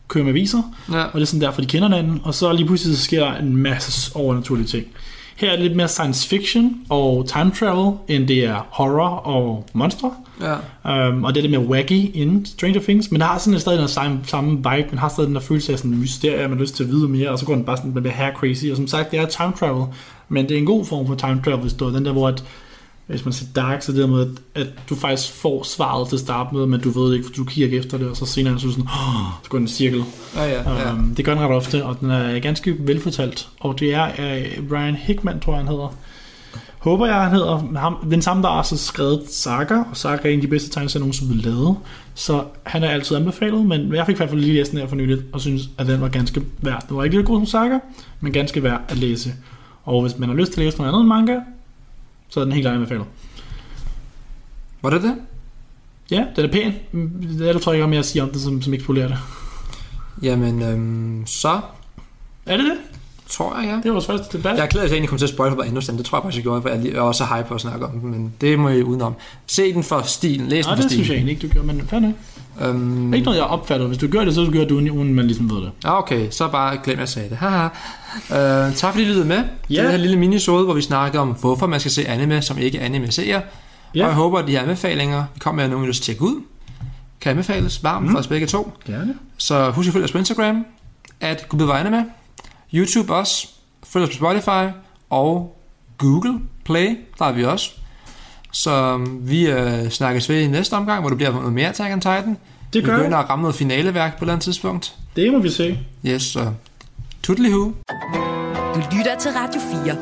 kører med aviser, Ja. og det er sådan derfor, de kender hinanden, og så lige pludselig så sker der en masse overnaturlige ting. Her er det lidt mere science fiction og time travel, end det er horror og monstre. Ja. Og det er lidt mere wacky inden Stranger Things, men der har sådan stadig den samme vibe, man har stadig den der følelse af sådan en mysterie, man har lyst til at vide mere, og så går den bare sådan, man bliver hair crazy, og som sagt, det er time travel, men det er en god form for time travel, hvis du den der, hvor at, hvis man ser Dark, så det der med, at du faktisk får svaret til at starte med, men du ved ikke, for du kigger efter det, og så senere så sådan, så går den i cirkel. Ja. Det gør den ret ofte, og den er ganske velfortalt, og det er Brian Hickman, tror jeg han hedder. Håber jeg, han hedder ham, den samme, der har så skrevet Saga, og Saga er en af de bedste tegneserier, nogen som vil lave, så han er altid anbefalet, men jeg fik i hvert fald lige læst den her for nyligt, og synes, at den var ganske værd. Det var ikke lidt god som Saga, men ganske værd at læse. Og hvis man har lyst til at læse noget andet manga, så er den helt anbefalet. Var det det? Ja, den er pæn. Det er du tror jeg ikke, om jeg siger om det, som ikke spolerer det. Jamen, så Er det det? tror jeg, ja. Det var vores første debat. Jeg er ked af, at jeg egentlig kom til at spoil for endnu sådan. Det tror jeg faktisk, jeg gjorde, for jeg er også hype på at snakke om den, men det må I udenom. Se den for stilen, læs den for det stilen. synes jeg egentlig ikke, du gjorde, men fandme. Det er ikke noget, jeg opfatter. Hvis du gør det, så gør du uden man ligesom ved det. Okay, så bare glem, at jeg sagde det. Haha. Tak fordi I lyttede med. Ja. Det her lille minisode, hvor vi snakker om, hvorfor man skal se anime, som ikke anime seer. Ja. Og jeg håber, at de her anbefalinger, vi kommer med, at nogen vil tjekke ud, kan anbefales varmt for os begge to. Gerne. Så husk at følge os på Instagram, at gudbevareanime, YouTube også, følg os på Spotify og Google Play, der er vi også. Så vi snakkes ved i næste omgang, hvor det bliver noget mere Attack on Titan. Det gør vi begynder at ramme noget finaleværk på et eller andet tidspunkt. Det må vi se. Yes, så tutlihu. Du lytter til Radio 4.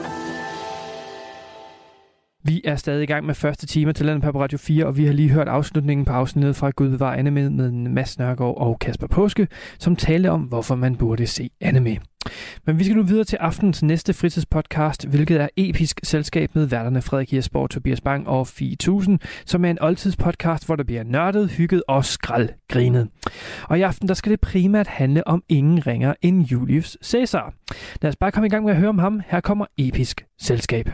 Vi er stadig i gang med første time til landet på Radio 4, og vi har lige hørt afslutningen på afsnittet fra Gud bevare anime med Mads Nørgaard og Kasper Påske, som talte om, hvorfor man burde se anime. Men vi skal nu videre til aftenens næste fritidspodcast, hvilket er Episk Selskab med værterne Frederik Jesborg, Tobias Bang og Fie Tusen, som er en oldtidspodcast, hvor der bliver nørdet, hygget og skraldgrinet. Og i aften der skal det primært handle om ingen ringer end Julius Caesar. Lad os bare komme i gang med at høre om ham. Her kommer Episk Selskab.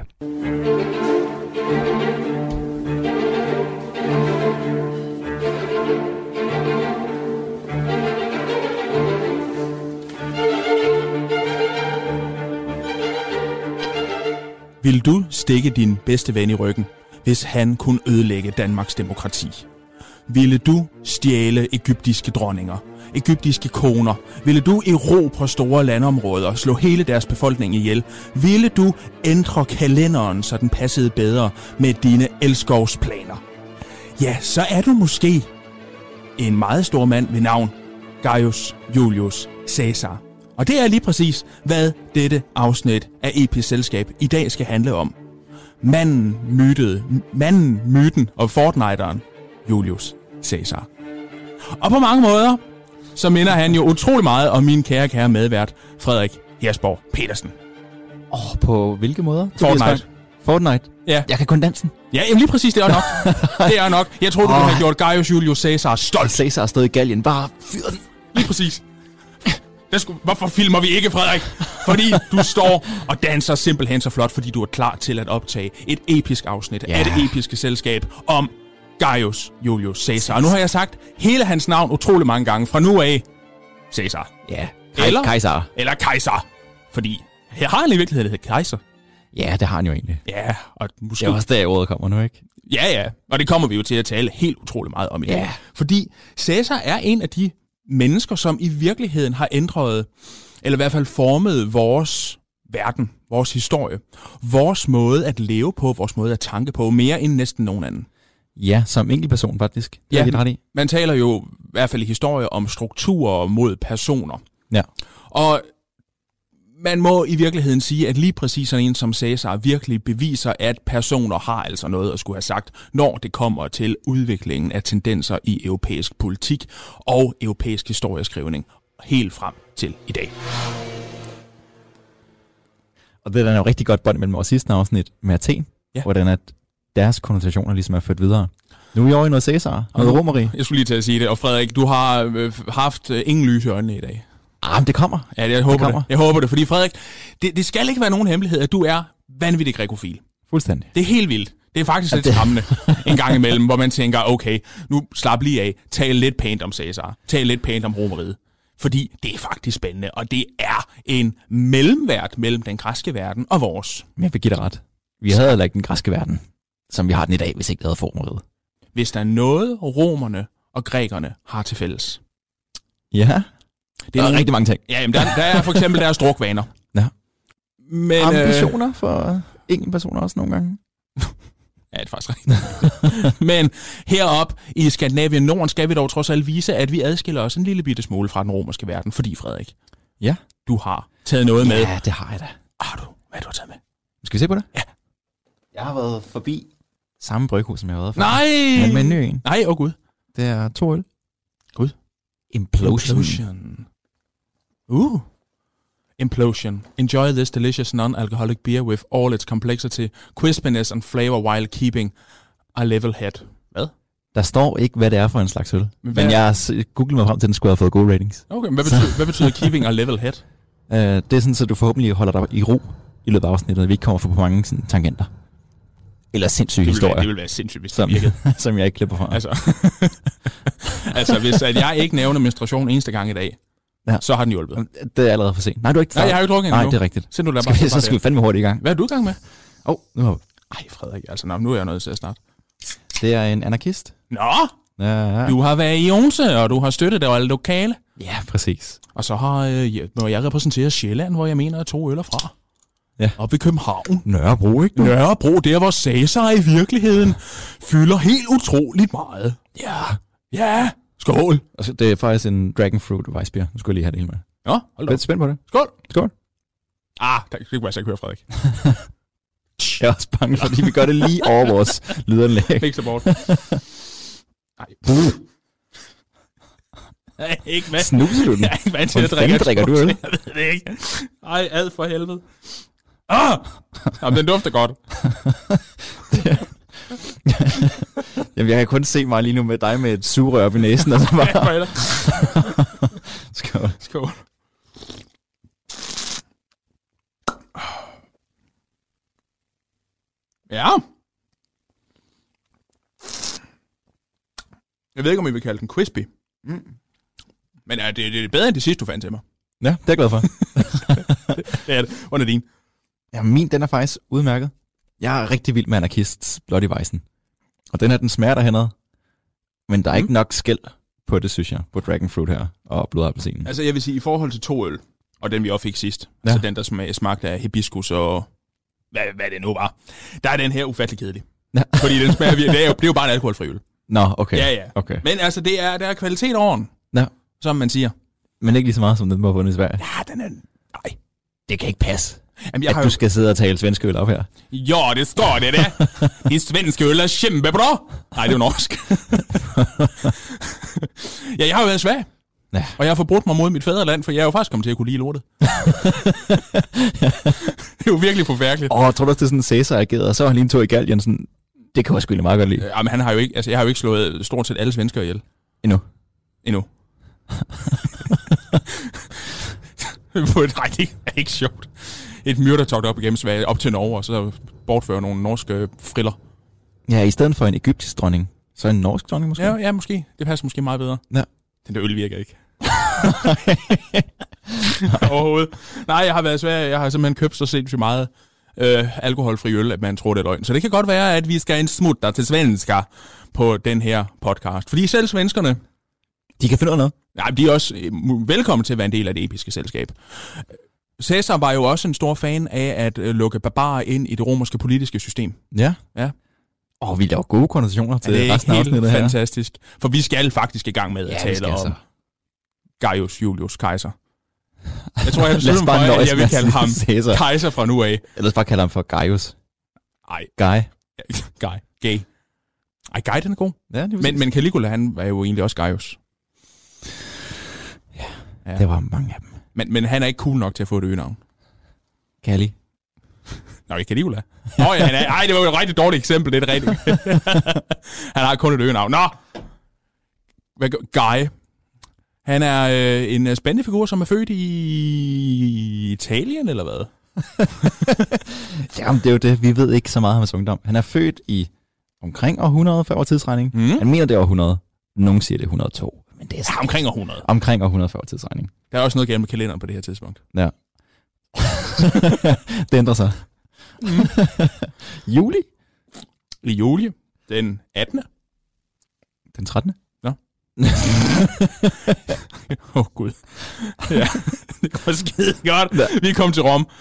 Vil du stikke din bedste ven i ryggen, hvis han kunne ødelægge Danmarks demokrati? Ville du stjæle egyptiske dronninger, egyptiske koner? Ville du erobre store landområder og slå hele deres befolkning ihjel? Ville du ændre kalenderen, så den passede bedre med dine elskovsplaner? Ja, så er du måske en meget stor mand ved navn Gaius Julius Caesar. Og det er lige præcis, hvad dette afsnit af Episk Selskab i dag skal handle om. Manden, myten og Fortniteren Julius Caesar. Og på mange måder, så minder han jo utrolig meget om min kære medvært, Frederik Jesborg Petersen. På hvilke måder? Fortnite. Ja. Jeg kan kun dansen. Ja, jamen lige præcis, det er nok. Det er nok. Jeg tror, du ville have gjort Gaius Julius Caesar stolt. Caesar er stadig i Gallien. Bare fyr den. Lige præcis. Hvorfor filmer vi ikke, Frederik? Fordi du står og danser simpelthen så flot, fordi du er klar til at optage et episk afsnit af det episke selskab om Gaius Julius Caesar. Og nu har jeg sagt hele hans navn utrolig mange gange. Fra nu af, Caesar. Ja, Kejser. Eller Kejser. Fordi her har han i virkeligheden hedder Kejser. Ja, det har han jo egentlig. Ja, og måske... Det er også der, ordet kommer nu, ikke? Ja, og det kommer vi jo til at tale helt utrolig meget om i dag. Fordi Caesar er en af de mennesker, som i virkeligheden har ændret, eller i hvert fald formet vores verden, vores historie, vores måde at leve på, vores måde at tanke på, mere end næsten nogen anden. Ja, som enkeltperson faktisk. Det er helt ret i. Man taler jo i hvert fald i historie om strukturer mod personer. Ja. Og man må i virkeligheden sige, at lige præcis sådan en som Caesar virkelig beviser, at personer har altså noget at skulle have sagt, når det kommer til udviklingen af tendenser i europæisk politik og europæisk historieskrivning helt frem til i dag. Og det er jo rigtig godt bånd mellem vores sidste afsnit med Athen, hvordan at deres konnotationer ligesom er ført videre. Nu er vi over i noget Caesar, noget romeri. Jeg skulle lige til at sige det, og Frederik, du har haft ingen lys i øjnene i dag. Men det kommer. Ja, jeg håber det. Jeg håber det, fordi Frederik, det skal ikke være nogen hemmelighed, at du er vanvittig grekofil. Fuldstændig. Det er helt vildt. Det er faktisk lidt skræmmende en gang imellem, hvor man tænker, okay, nu slap lige af, tal lidt pænt om Caesar, tal lidt pænt om romeriet. Fordi det er faktisk spændende, og det er en mellemvært mellem den græske verden og vores. Men jeg vil give dig ret. Vi havde heller ikke den græske verden, som vi har den i dag, hvis ikke det havde formeret. Hvis der er noget, romerne og grækerne har til fælles. Ja, det er rigtig mange ting. Ja, jamen der er for eksempel deres drukvaner. Ja. Men, ambitioner for enkeltpersoner også nogle gange. Ja, det er faktisk rigtigt. Men heroppe i Skandinavien Norden skal vi dog trods alt vise, at vi adskiller os en lille bitte smule fra den romerske verden. Fordi, Frederik, ja, du har taget noget med. Ja, det har jeg da. Hvad har du taget med? Skal vi se på det? Ja. Jeg har været forbi samme bryghus, som jeg har været før. Nej! Men med en ny en. Nej, gud. Det er 2 øl. Gud. Implosion. Implosion. Enjoy this delicious non-alcoholic beer with all its complexity, crispiness and flavor while keeping a level head. Hvad? Der står ikke, hvad det er for en slags øl. Men jeg har googlet mig frem til, at den skulle have fået gode ratings. Okay, men hvad betyder keeping a level head? Det er sådan, så du forhåbentlig holder dig i ro i løbet af afsnittet, at vi ikke kommer for mange sådan, tangenter. Eller sindssyge historier. Det vil være sindssygt, hvis det virkede. Som jeg ikke klipper fra. Altså hvis at jeg ikke nævner menstruation eneste gang i dag, så har den hjulpet. Det er allerede for sent. Nej, du har ikke startet. Nej, jeg har jo ikke drukket endnu. Nej, det er rigtigt. Så skal vi fandme hurtigt i gang. Hvad er du i gang med? Nu har vi. Ej, Frederik, altså nu er jeg nødt til at starte. Det er en anarkist. Nå! Ja. Du har været i Odense, og du har støttet det lokale. Ja, præcis. Og så har jeg repræsenteret Sjælland, hvor jeg mener, at 2 øl er fra. Ja. Oppe i København. Nørrebro, ikke? Nørrebro, der hvor Cæsar i virkeligheden fylder helt utroligt meget. Ja. Skål. Altså, det er faktisk en Dragon Fruit Weissbier. Nu skal jeg lige have det hele med. Ja, hold da. Lidt spændt på det. Skål. Skål. Det kan jeg så ikke høre, Frederik. Jeg er også bange, fordi vi gør det lige over vores lydanlæg. Ikke så bort. Nej. Ikke med. Snuser du den? Jeg er ikke vant til at drikke. Drikker du øl? Jeg ved det ikke. Ej, ad for helvede. Jamen, den dufter godt. Jamen, jeg kan kun se mig lige nu med dig med et sugerør op i næsen. Og så bare... Skål. Ja. Jeg ved ikke, om I vil kalde den crispy. Men det er bedre end det sidste, du fandt til mig. Ja, det er jeg glad for. Det er det. Hvordan er din? Ja, min, den er faktisk udmærket. Jeg er rigtig vild med anarkists Bloody Weissen. Og den her, den smager derhenad. Men der er ikke nok skæld på det, synes jeg, på Dragon Fruit her og blodappelsinen. Altså, jeg vil sige, i forhold til 2 øl, og den vi også fik sidst, altså den, der smagte af hibiskus og hvad det nu var, der er den her ufattelig kedelig. Ja. Fordi den smager, det er jo bare en alkoholfri øl. Nå, okay. Ja. Okay. Men altså, der er kvalitet over den, som man siger. Men ikke lige så meget, som den var fundet i Sverige. Ja, den er... Nej. Det kan ikke passe. Jamen, du skal sidde og tale svenske øl op her. Ja, det står det der. De svenske øl er kæmpebra. Nej, det er jo norsk. Ja, jeg har jo været i Sverige. Ja. Og jeg har forbrudt mig mod mit fædreland, for jeg er jo faktisk kommet til at kunne lide lortet. Det er jo virkelig forfærdeligt. Jeg tror du også, det er sådan, Cæsar agerede, og så har han lige en tur i Gallien, sådan, det kan jeg sgu meget godt lide. Ja, men han har jo ikke, altså jeg har jo ikke slået stort set alle svensker ihjel. Endnu. Nej, det er ikke sjovt. Et myrdertogt op igennem Sverige, op til Norge, og så bortfører nogle norske friller. Ja, i stedet for en egyptisk dronning, så en norsk dronning måske? Ja, måske. Det passer måske meget bedre. Ja. Den der øl virker ikke. Overhovedet. Nej, jeg har været i Sverige. Jeg har simpelthen købt så sindssygt meget alkoholfri øl, at man tror, det er løgn. Så det kan godt være, at vi skal en smutter til svensker på den her podcast. Fordi selv svenskerne... De kan finde noget. Nej, de er også velkommen til at være en del af det episke selskab. Cæsar var jo også en stor fan af at lukke barbarer ind i det romerske politiske system. Ja. Ja. Vi laver gode konnotationer til resten af afsnittet her. Det er helt fantastisk. For vi skal faktisk i gang med at tale om Gaius Julius Kejser. Jeg tror, jeg beslutter mig for, at jeg vil kalde ham Cæsar. Kejser fra nu af. Ellers bare kalde ham for Gaius. Ej. Guy. Gay. Ej, Guy, den er god. Ja, men Caligula, han var jo egentlig også Gaius. Ja, det var mange af dem. Men han er ikke cool nok til at få et øgenavn. Calli. Nå, ikke Caligula. Ej, det var jo et rigtig dårligt eksempel, det er rigtigt. Han har kun et øgenavn. Nå! Guy. Han er en spændende figur, som er født i Italien, eller hvad? Jamen, det er jo det. Vi ved ikke så meget om hans ungdom. Han er født i omkring år 100 for tidsregning. Han mener, det er år 100. Nogle siger, det er 102. Men det er Ja, omkring år 100. Omkring år 100 før tidsregning. Der er også noget galt med kalenderen på det her tidspunkt. Ja. Det ændrer sig. Juli? I juli, den 18. Den 13. Gud. Ja, det går skide godt. Ja. Vi kom til Rom.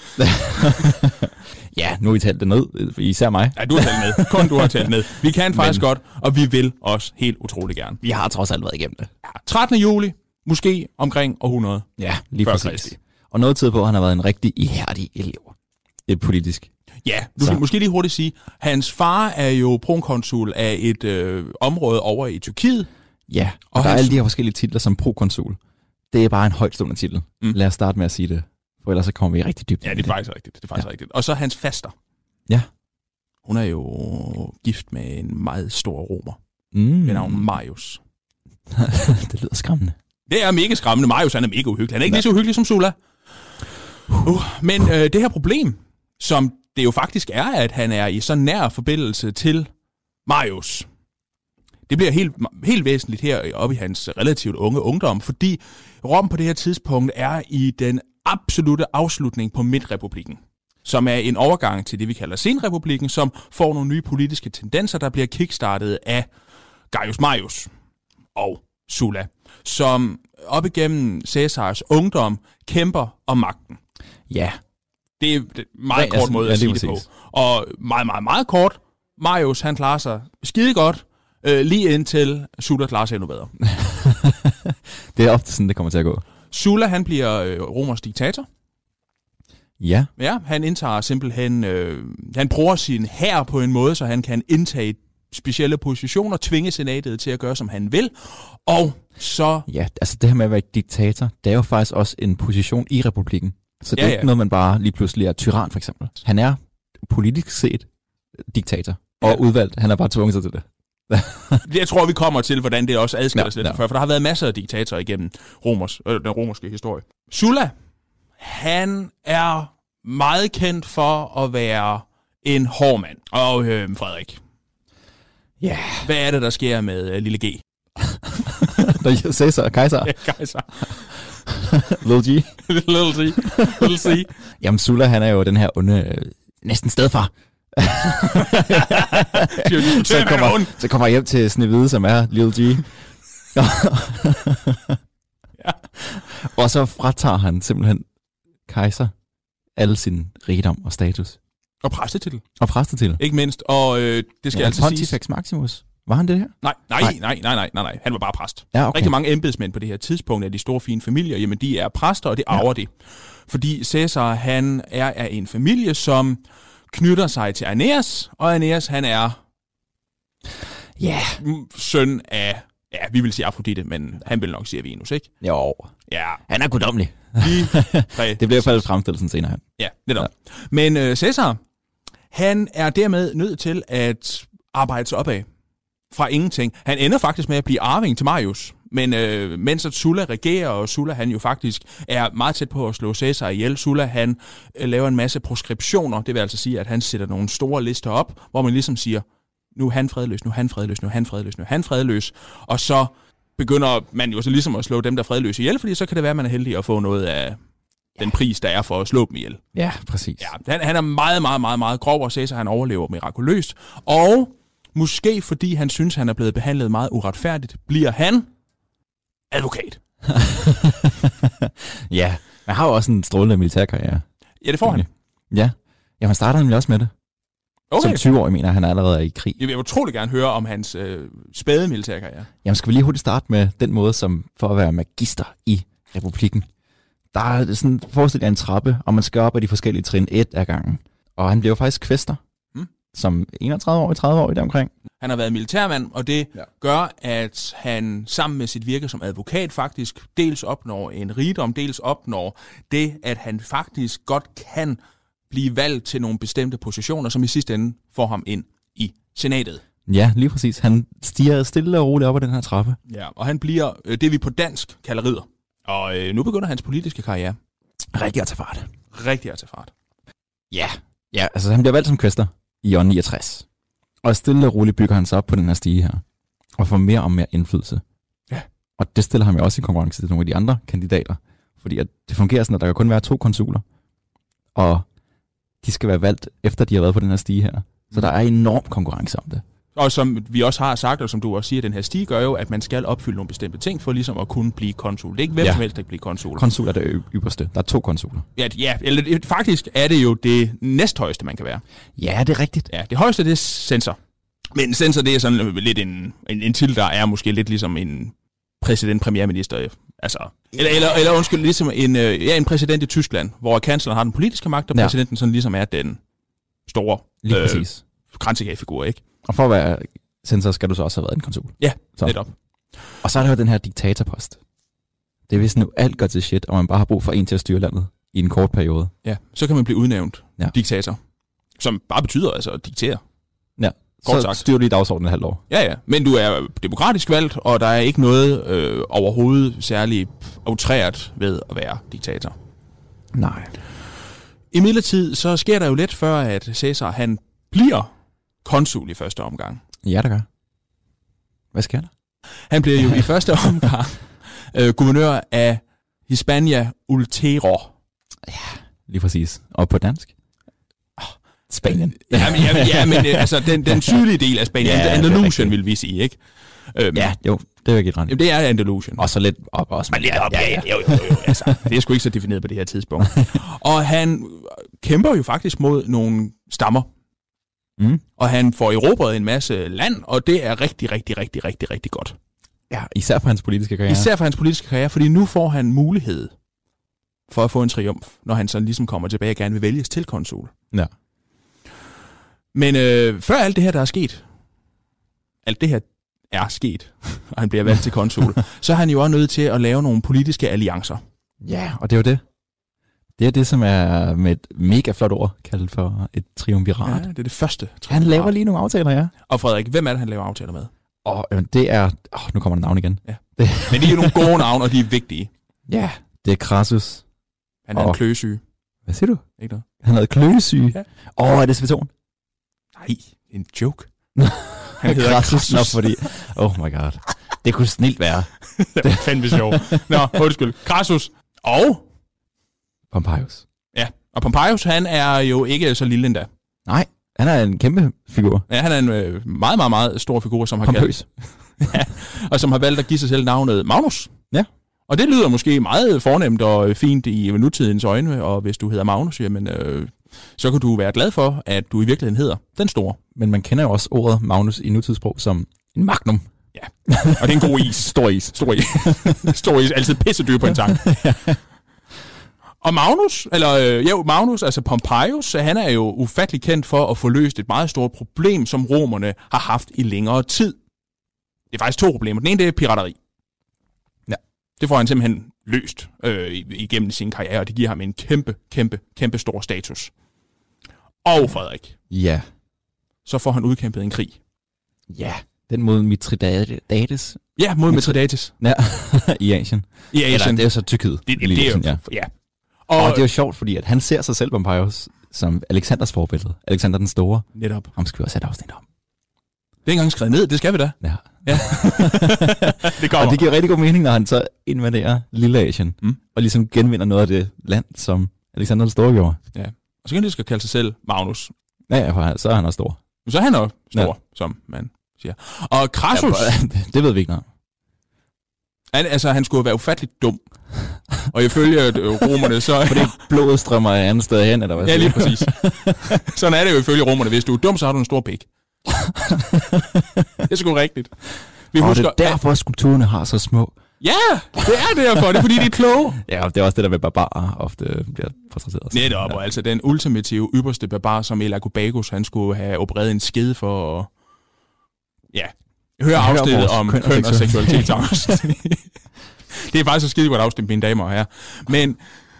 Ja, nu har vi talt det ned. Især mig. Ja, du har talt med. Kun du har talt med. Vi kan faktisk godt, og vi vil også helt utrolig gerne. Vi har trods alt været igennem det. Ja, 13. juli, måske omkring århundrede. Ja, lige præcis. Og noget tid på, at han har været en rigtig ihærdig elev. Det politisk. Ja, du skal måske lige hurtigt sige, hans far er jo prokonsul af et område over i Tyrkiet. Ja, og der er alle de her forskellige titler som prokonsul. Det er bare en højtstående titel. Lad os starte med at sige det, for ellers så kommer vi rigtig dybt. Ja, det er faktisk rigtigt. Og så hans faster. Ja. Hun er jo gift med en meget stor romer. Ved navn Marius. Det lyder skræmmende. Det er mega skræmmende. Marius han er mega uhyggelig. Han er ikke lige så uhyggelig som Sulla. Men det her problem, som det jo faktisk er, at han er i så nær forbindelse til Marius, det bliver helt væsentligt her oppe i hans relativt unge ungdom, fordi Rom på det her tidspunkt er i den absolute afslutning på midtrepublikken, som er en overgang til det, vi kalder senrepublikken, som får nogle nye politiske tendenser, der bliver kickstartet af Gaius Marius og Sulla, som op igennem Caesars ungdom kæmper om magten. Ja. Det er en meget kort måde at sige det på. Og meget, meget, meget kort, Marius han klarer sig skide godt, lige indtil Sulla klarer sig endnu bedre. Det er ofte sådan, det kommer til at gå. Sulla han bliver romersk diktator. Ja. Ja, han indtager simpelthen, han bruger sin hær på en måde, så han kan indtage specielle positioner, tvinge senatet til at gøre, som han vil, og så... Ja, altså det her med at være diktator, det er jo faktisk også en position i republikken. Så det er ikke noget, man bare lige pludselig er tyran, for eksempel. Han er politisk set diktator, og udvalgt. Han er bare tvunget sig til det. Jeg tror, vi kommer til, hvordan det også adskiller sig lidt før, for der har været masser af diktatorer igennem den romerske historie. Sulla, han er meget kendt for at være en hård mand. Og Frederik, hvad er det, der sker med lille G? Caesar, kejser. Ja, kejser. Little G. Little C. Jamen, Sulla, han er jo den her onde, næsten stedfar. så kommer jeg hjem til Snehvide, som er Little G. Ja. Og så fratager han simpelthen kejser alle sin rigdom og status. Og præstetitel. Ikke mindst. Og det skal altså siges... Pontifex Maximus. Var han det her? Nej. Han var bare præst. Ja, okay. Rigtig mange embedsmænd på det her tidspunkt af de store fine familier, jamen de er præster, og det arver de. Fordi Caesar, han er af en familie, som knytter sig til Aeneas, og Aeneas, han er søn af, vi vil sige Afrodite, men han vil nok sige Venus, ikke? Jo. Ja. Han er guddommelig. Det bliver i hvert fald fremstillelsen senere hen. Ja, netop. Ja. Men Caesar, han er dermed nødt til at arbejde sig opad fra ingenting. Han ender faktisk med at blive arving til Marius, men mens at Sulla regerer, og Sulla han jo faktisk er meget tæt på at slå Caesar ihjel, Sulla han laver en masse proskriptioner, det vil altså sige, at han sætter nogle store lister op, hvor man ligesom siger, nu er han fredløs, nu er han fredløs, nu er han fredløs, nu er han fredløs, og så begynder man jo så ligesom at slå dem, der er fredløse ihjel, fordi så kan det være, at man er heldig at få noget af den pris, der er for at slå dem ihjel. Ja, præcis. Ja, han er meget, meget, meget, meget grov, og Caesar han overlever mirakuløst, og måske fordi han synes, han er blevet behandlet meget uretfærdigt, bliver han advokat. Ja, man har jo også en strålende militærkarriere. Ja, det får han. Ja, man starter nemlig også med det. Okay. Som 20-årig mener han allerede er i krig. Jeg vil utrolig gerne høre om hans spæde militærkarriere. Jamen skal vi lige hurtigt starte med den måde, som for at være magister i republikken. Der er sådan, forestil jer en trappe, og man skal op ad de forskellige trin 1 af gangen. Og han bliver jo faktisk kvæster. Som 31-årig, 30-årig deromkring. Han har været militærmand, og det gør, at han sammen med sit virke som advokat faktisk dels opnår en rigdom, dels opnår det, at han faktisk godt kan blive valgt til nogle bestemte positioner, som i sidste ende får ham ind i senatet. Ja, lige præcis. Han stiger stille og roligt op ad den her trappe. Ja, og han bliver det, vi på dansk kalder ridder. Og nu begynder hans politiske karriere. Rigtig at tage fart. Ja, altså han bliver valgt som kvæster i år 69. Og stille og roligt bygger han sig op på den her stige her. Og får mere og mere indflydelse. Ja. Og det stiller ham jo også i konkurrence til nogle af de andre kandidater. Fordi at det fungerer sådan, at der kan kun være 2 konsuler. Og de skal være valgt, efter de har været på den her stige her. Så der er enorm konkurrence om det. Og som vi også har sagt, og som du også siger, den her stige gør jo, at man skal opfylde nogle bestemte ting, for ligesom at kunne blive konsul. Det er ikke hvem som helst, der kan blive konsul. Konsul er det ypperste. Der er 2 konsuler. Ja, eller faktisk er det jo det næsthøjeste, man kan være. Ja, det er rigtigt. Ja, det højeste, det er censor. Men censor, det er sådan lidt en til, der er måske lidt ligesom en præsident-premierminister. Altså, eller undskyld, ligesom en præsident i Tyskland, hvor kansleren har den politiske magt, og præsidenten sådan ligesom er den store kransekagefigur, ikke? Og for at være censor, skal du så også have været en konsul. Ja, netop. Og så er der jo den her diktatorpost. Det er vist nu alt går til shit, og man bare har brug for en til at styre landet i en kort periode. Ja, så kan man blive udnævnt diktator, som bare betyder altså at diktere. Ja, så styrer du i dagsordenen et halvt år. Ja, men du er demokratisk valgt, og der er ikke noget overhovedet særligt outræret ved at være diktator. Nej. Imidlertid så sker der jo lidt før, at Cæsar han bliver konsul i første omgang. Ja, der gør. Hvad sker der? Han bliver jo i første omgang guvernør af Hispania Ulterior. Ja, lige præcis. Og på dansk? Spanien. Men altså den sydlige del af Spanien, Andalusien vil vi sige, ikke? Ja, jo, det vil jeg give ret. Det er Andalusien. Og så lidt op også. Men lidt op, jo, altså. Det er sgu ikke så defineret på det her tidspunkt. Og han kæmper jo faktisk mod nogle stammer. Og han får erobret en masse land, og det er rigtig, rigtig, rigtig, rigtig, rigtig godt. Ja, især for hans politiske karriere. Især for hans politiske karriere, fordi nu får han mulighed for at få en triumf, når han så ligesom kommer tilbage og gerne vil vælges til konsul. Ja. Men før alt det her, der er sket, og han bliver valgt til konsul, så er han jo også nødt til at lave nogle politiske alliancer. Ja, og det er jo det. Det er det, som er med et mega flot ord, kaldet for et triumvirat. Ja, det er det første triumvirat. Han laver lige nogle aftaler, ja. Og Frederik, hvem er det, han laver aftaler med? Det er... nu kommer der navn igen. Ja. Men de er jo nogle gode navne, og de er vigtige. Ja, det er Crassus. Han er en kløesyge. Hvad siger du? Ikke noget. Han havde kløesyge? Ja. Er det Sveton? Nej, en joke. Han hedder Crassus. Nå, fordi... Oh my god. Det kunne snilt være. Det er fandme sjovt. Nå, undskyld. Crassus og... Pompeius. Ja, og Pompeius, han er jo ikke så lille endda. Nej, han er en kæmpe figur. Ja, han er en meget, meget, meget stor figur, som har Pompøs. Og som har valgt at give sig selv navnet Magnus. Ja. Og det lyder måske meget fornemt og fint i nutidens øjne, og hvis du hedder Magnus, jamen, så kan du være glad for, at du i virkeligheden hedder den store. Men man kender jo også ordet Magnus i nutidssprog som en magnum. Ja, og det er en god is. Stor is. Stor is, altid pissedyr på en tank. Og Magnus, altså Pompeius, han er jo ufattelig kendt for at få løst et meget stort problem, som romerne har haft i længere tid. Det er faktisk 2 problemer. Den ene, det er pirateri. Ja. Det får han simpelthen løst igennem sin karriere, og det giver ham en kæmpe stor status. Og Frederik. Ja. Så får han udkæmpet en krig. Ja, den mod Mithridates. Ja, mod Mithridates. Ja, i Asien. Eller, det er jo så Tyrkiet. Det er jo, ja. Og det er jo sjovt, fordi at han ser sig selv, Pompeius, som Alexanders forbillede. Alexander den Store. Netop. Ham skal vi også sætte afsnit om. Det er ikke engang skrevet ned, det skal vi da. Ja. Det kommer. Og det giver rigtig god mening, når han så invaderer Lille Asien, og ligesom genvinder noget af det land, som Alexander den Store gjorde. Ja. Og så kan de skal kalde sig selv Magnus. Ja, så er han også stor. Så er han også stor, som man siger. Og Crassus... Ja, det ved vi ikke noget. Han skulle være ufatteligt dum. Og ifølge romerne, så... Fordi blodet strømmer et andet sted hen, eller hvad? Ja, lige præcis. Sådan er det jo ifølge romerne. Hvis du er dum, så har du en stor pik. Det er sgu rigtigt. Det er derfor, skulpturerne har så små. Ja, det er derfor. Det er fordi, de er kloge. Ja, det er også det, der med barbarer ofte bliver portrætteret. Netop, og altså den ultimative, ypperste barbar, som Elagobagos, han skulle have opereret en skede for at... Ja, høre afsnittet om køn og seksualitet. Det er faktisk så skide godt afsnit, mine damer og herrer. Men...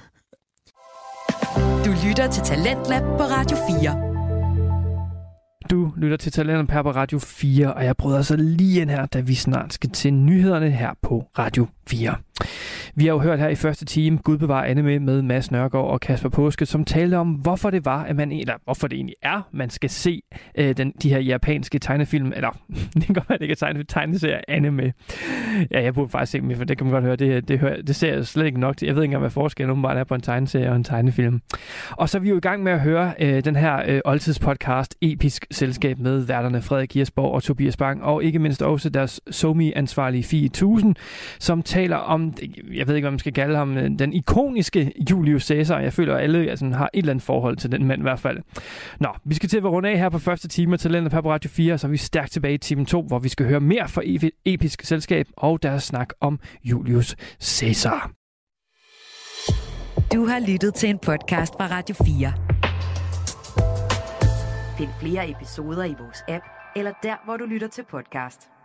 Du lytter til Talentlab på Radio 4. Du lytter til Talentlab her på Radio 4, og jeg bryder så lige ind her, da vi snart skal til nyhederne her på Radio 4. Vi har jo hørt her i første time Gud bevarer anime med Mads Nørgaard og Kasper Påske, som talte om, hvorfor det egentlig er, man skal se de her japanske tegnefilm, eller det kan godt være, det ikke er tegneserier anime. Ja, jeg burde faktisk se dem, for det kan man godt høre, det ser jeg slet ikke nok til. Jeg ved ikke engang, hvad forskellen åbenbart er på en tegneserie og en tegnefilm. Og så er vi jo i gang med at høre den her oldtidspodcast Episk Selskab med værterne Frederik Giersborg og Tobias Bang, og ikke mindst også deres SoMe-ansvarlige Fie Tusen, som taler om, jeg ved ikke, hvad man skal kalde ham, den ikoniske Julius Caesar. Jeg føler, at alle har et eller andet forhold til den mand i hvert fald. Nå, vi skal til at runde af her på første time af Talentet på Radio 4, så er vi stærkt tilbage i time 2, hvor vi skal høre mere fra Episk Selskab og deres snak om Julius Caesar. Du har lyttet til en podcast fra Radio 4. Find flere episoder i vores app, eller der, hvor du lytter til podcast.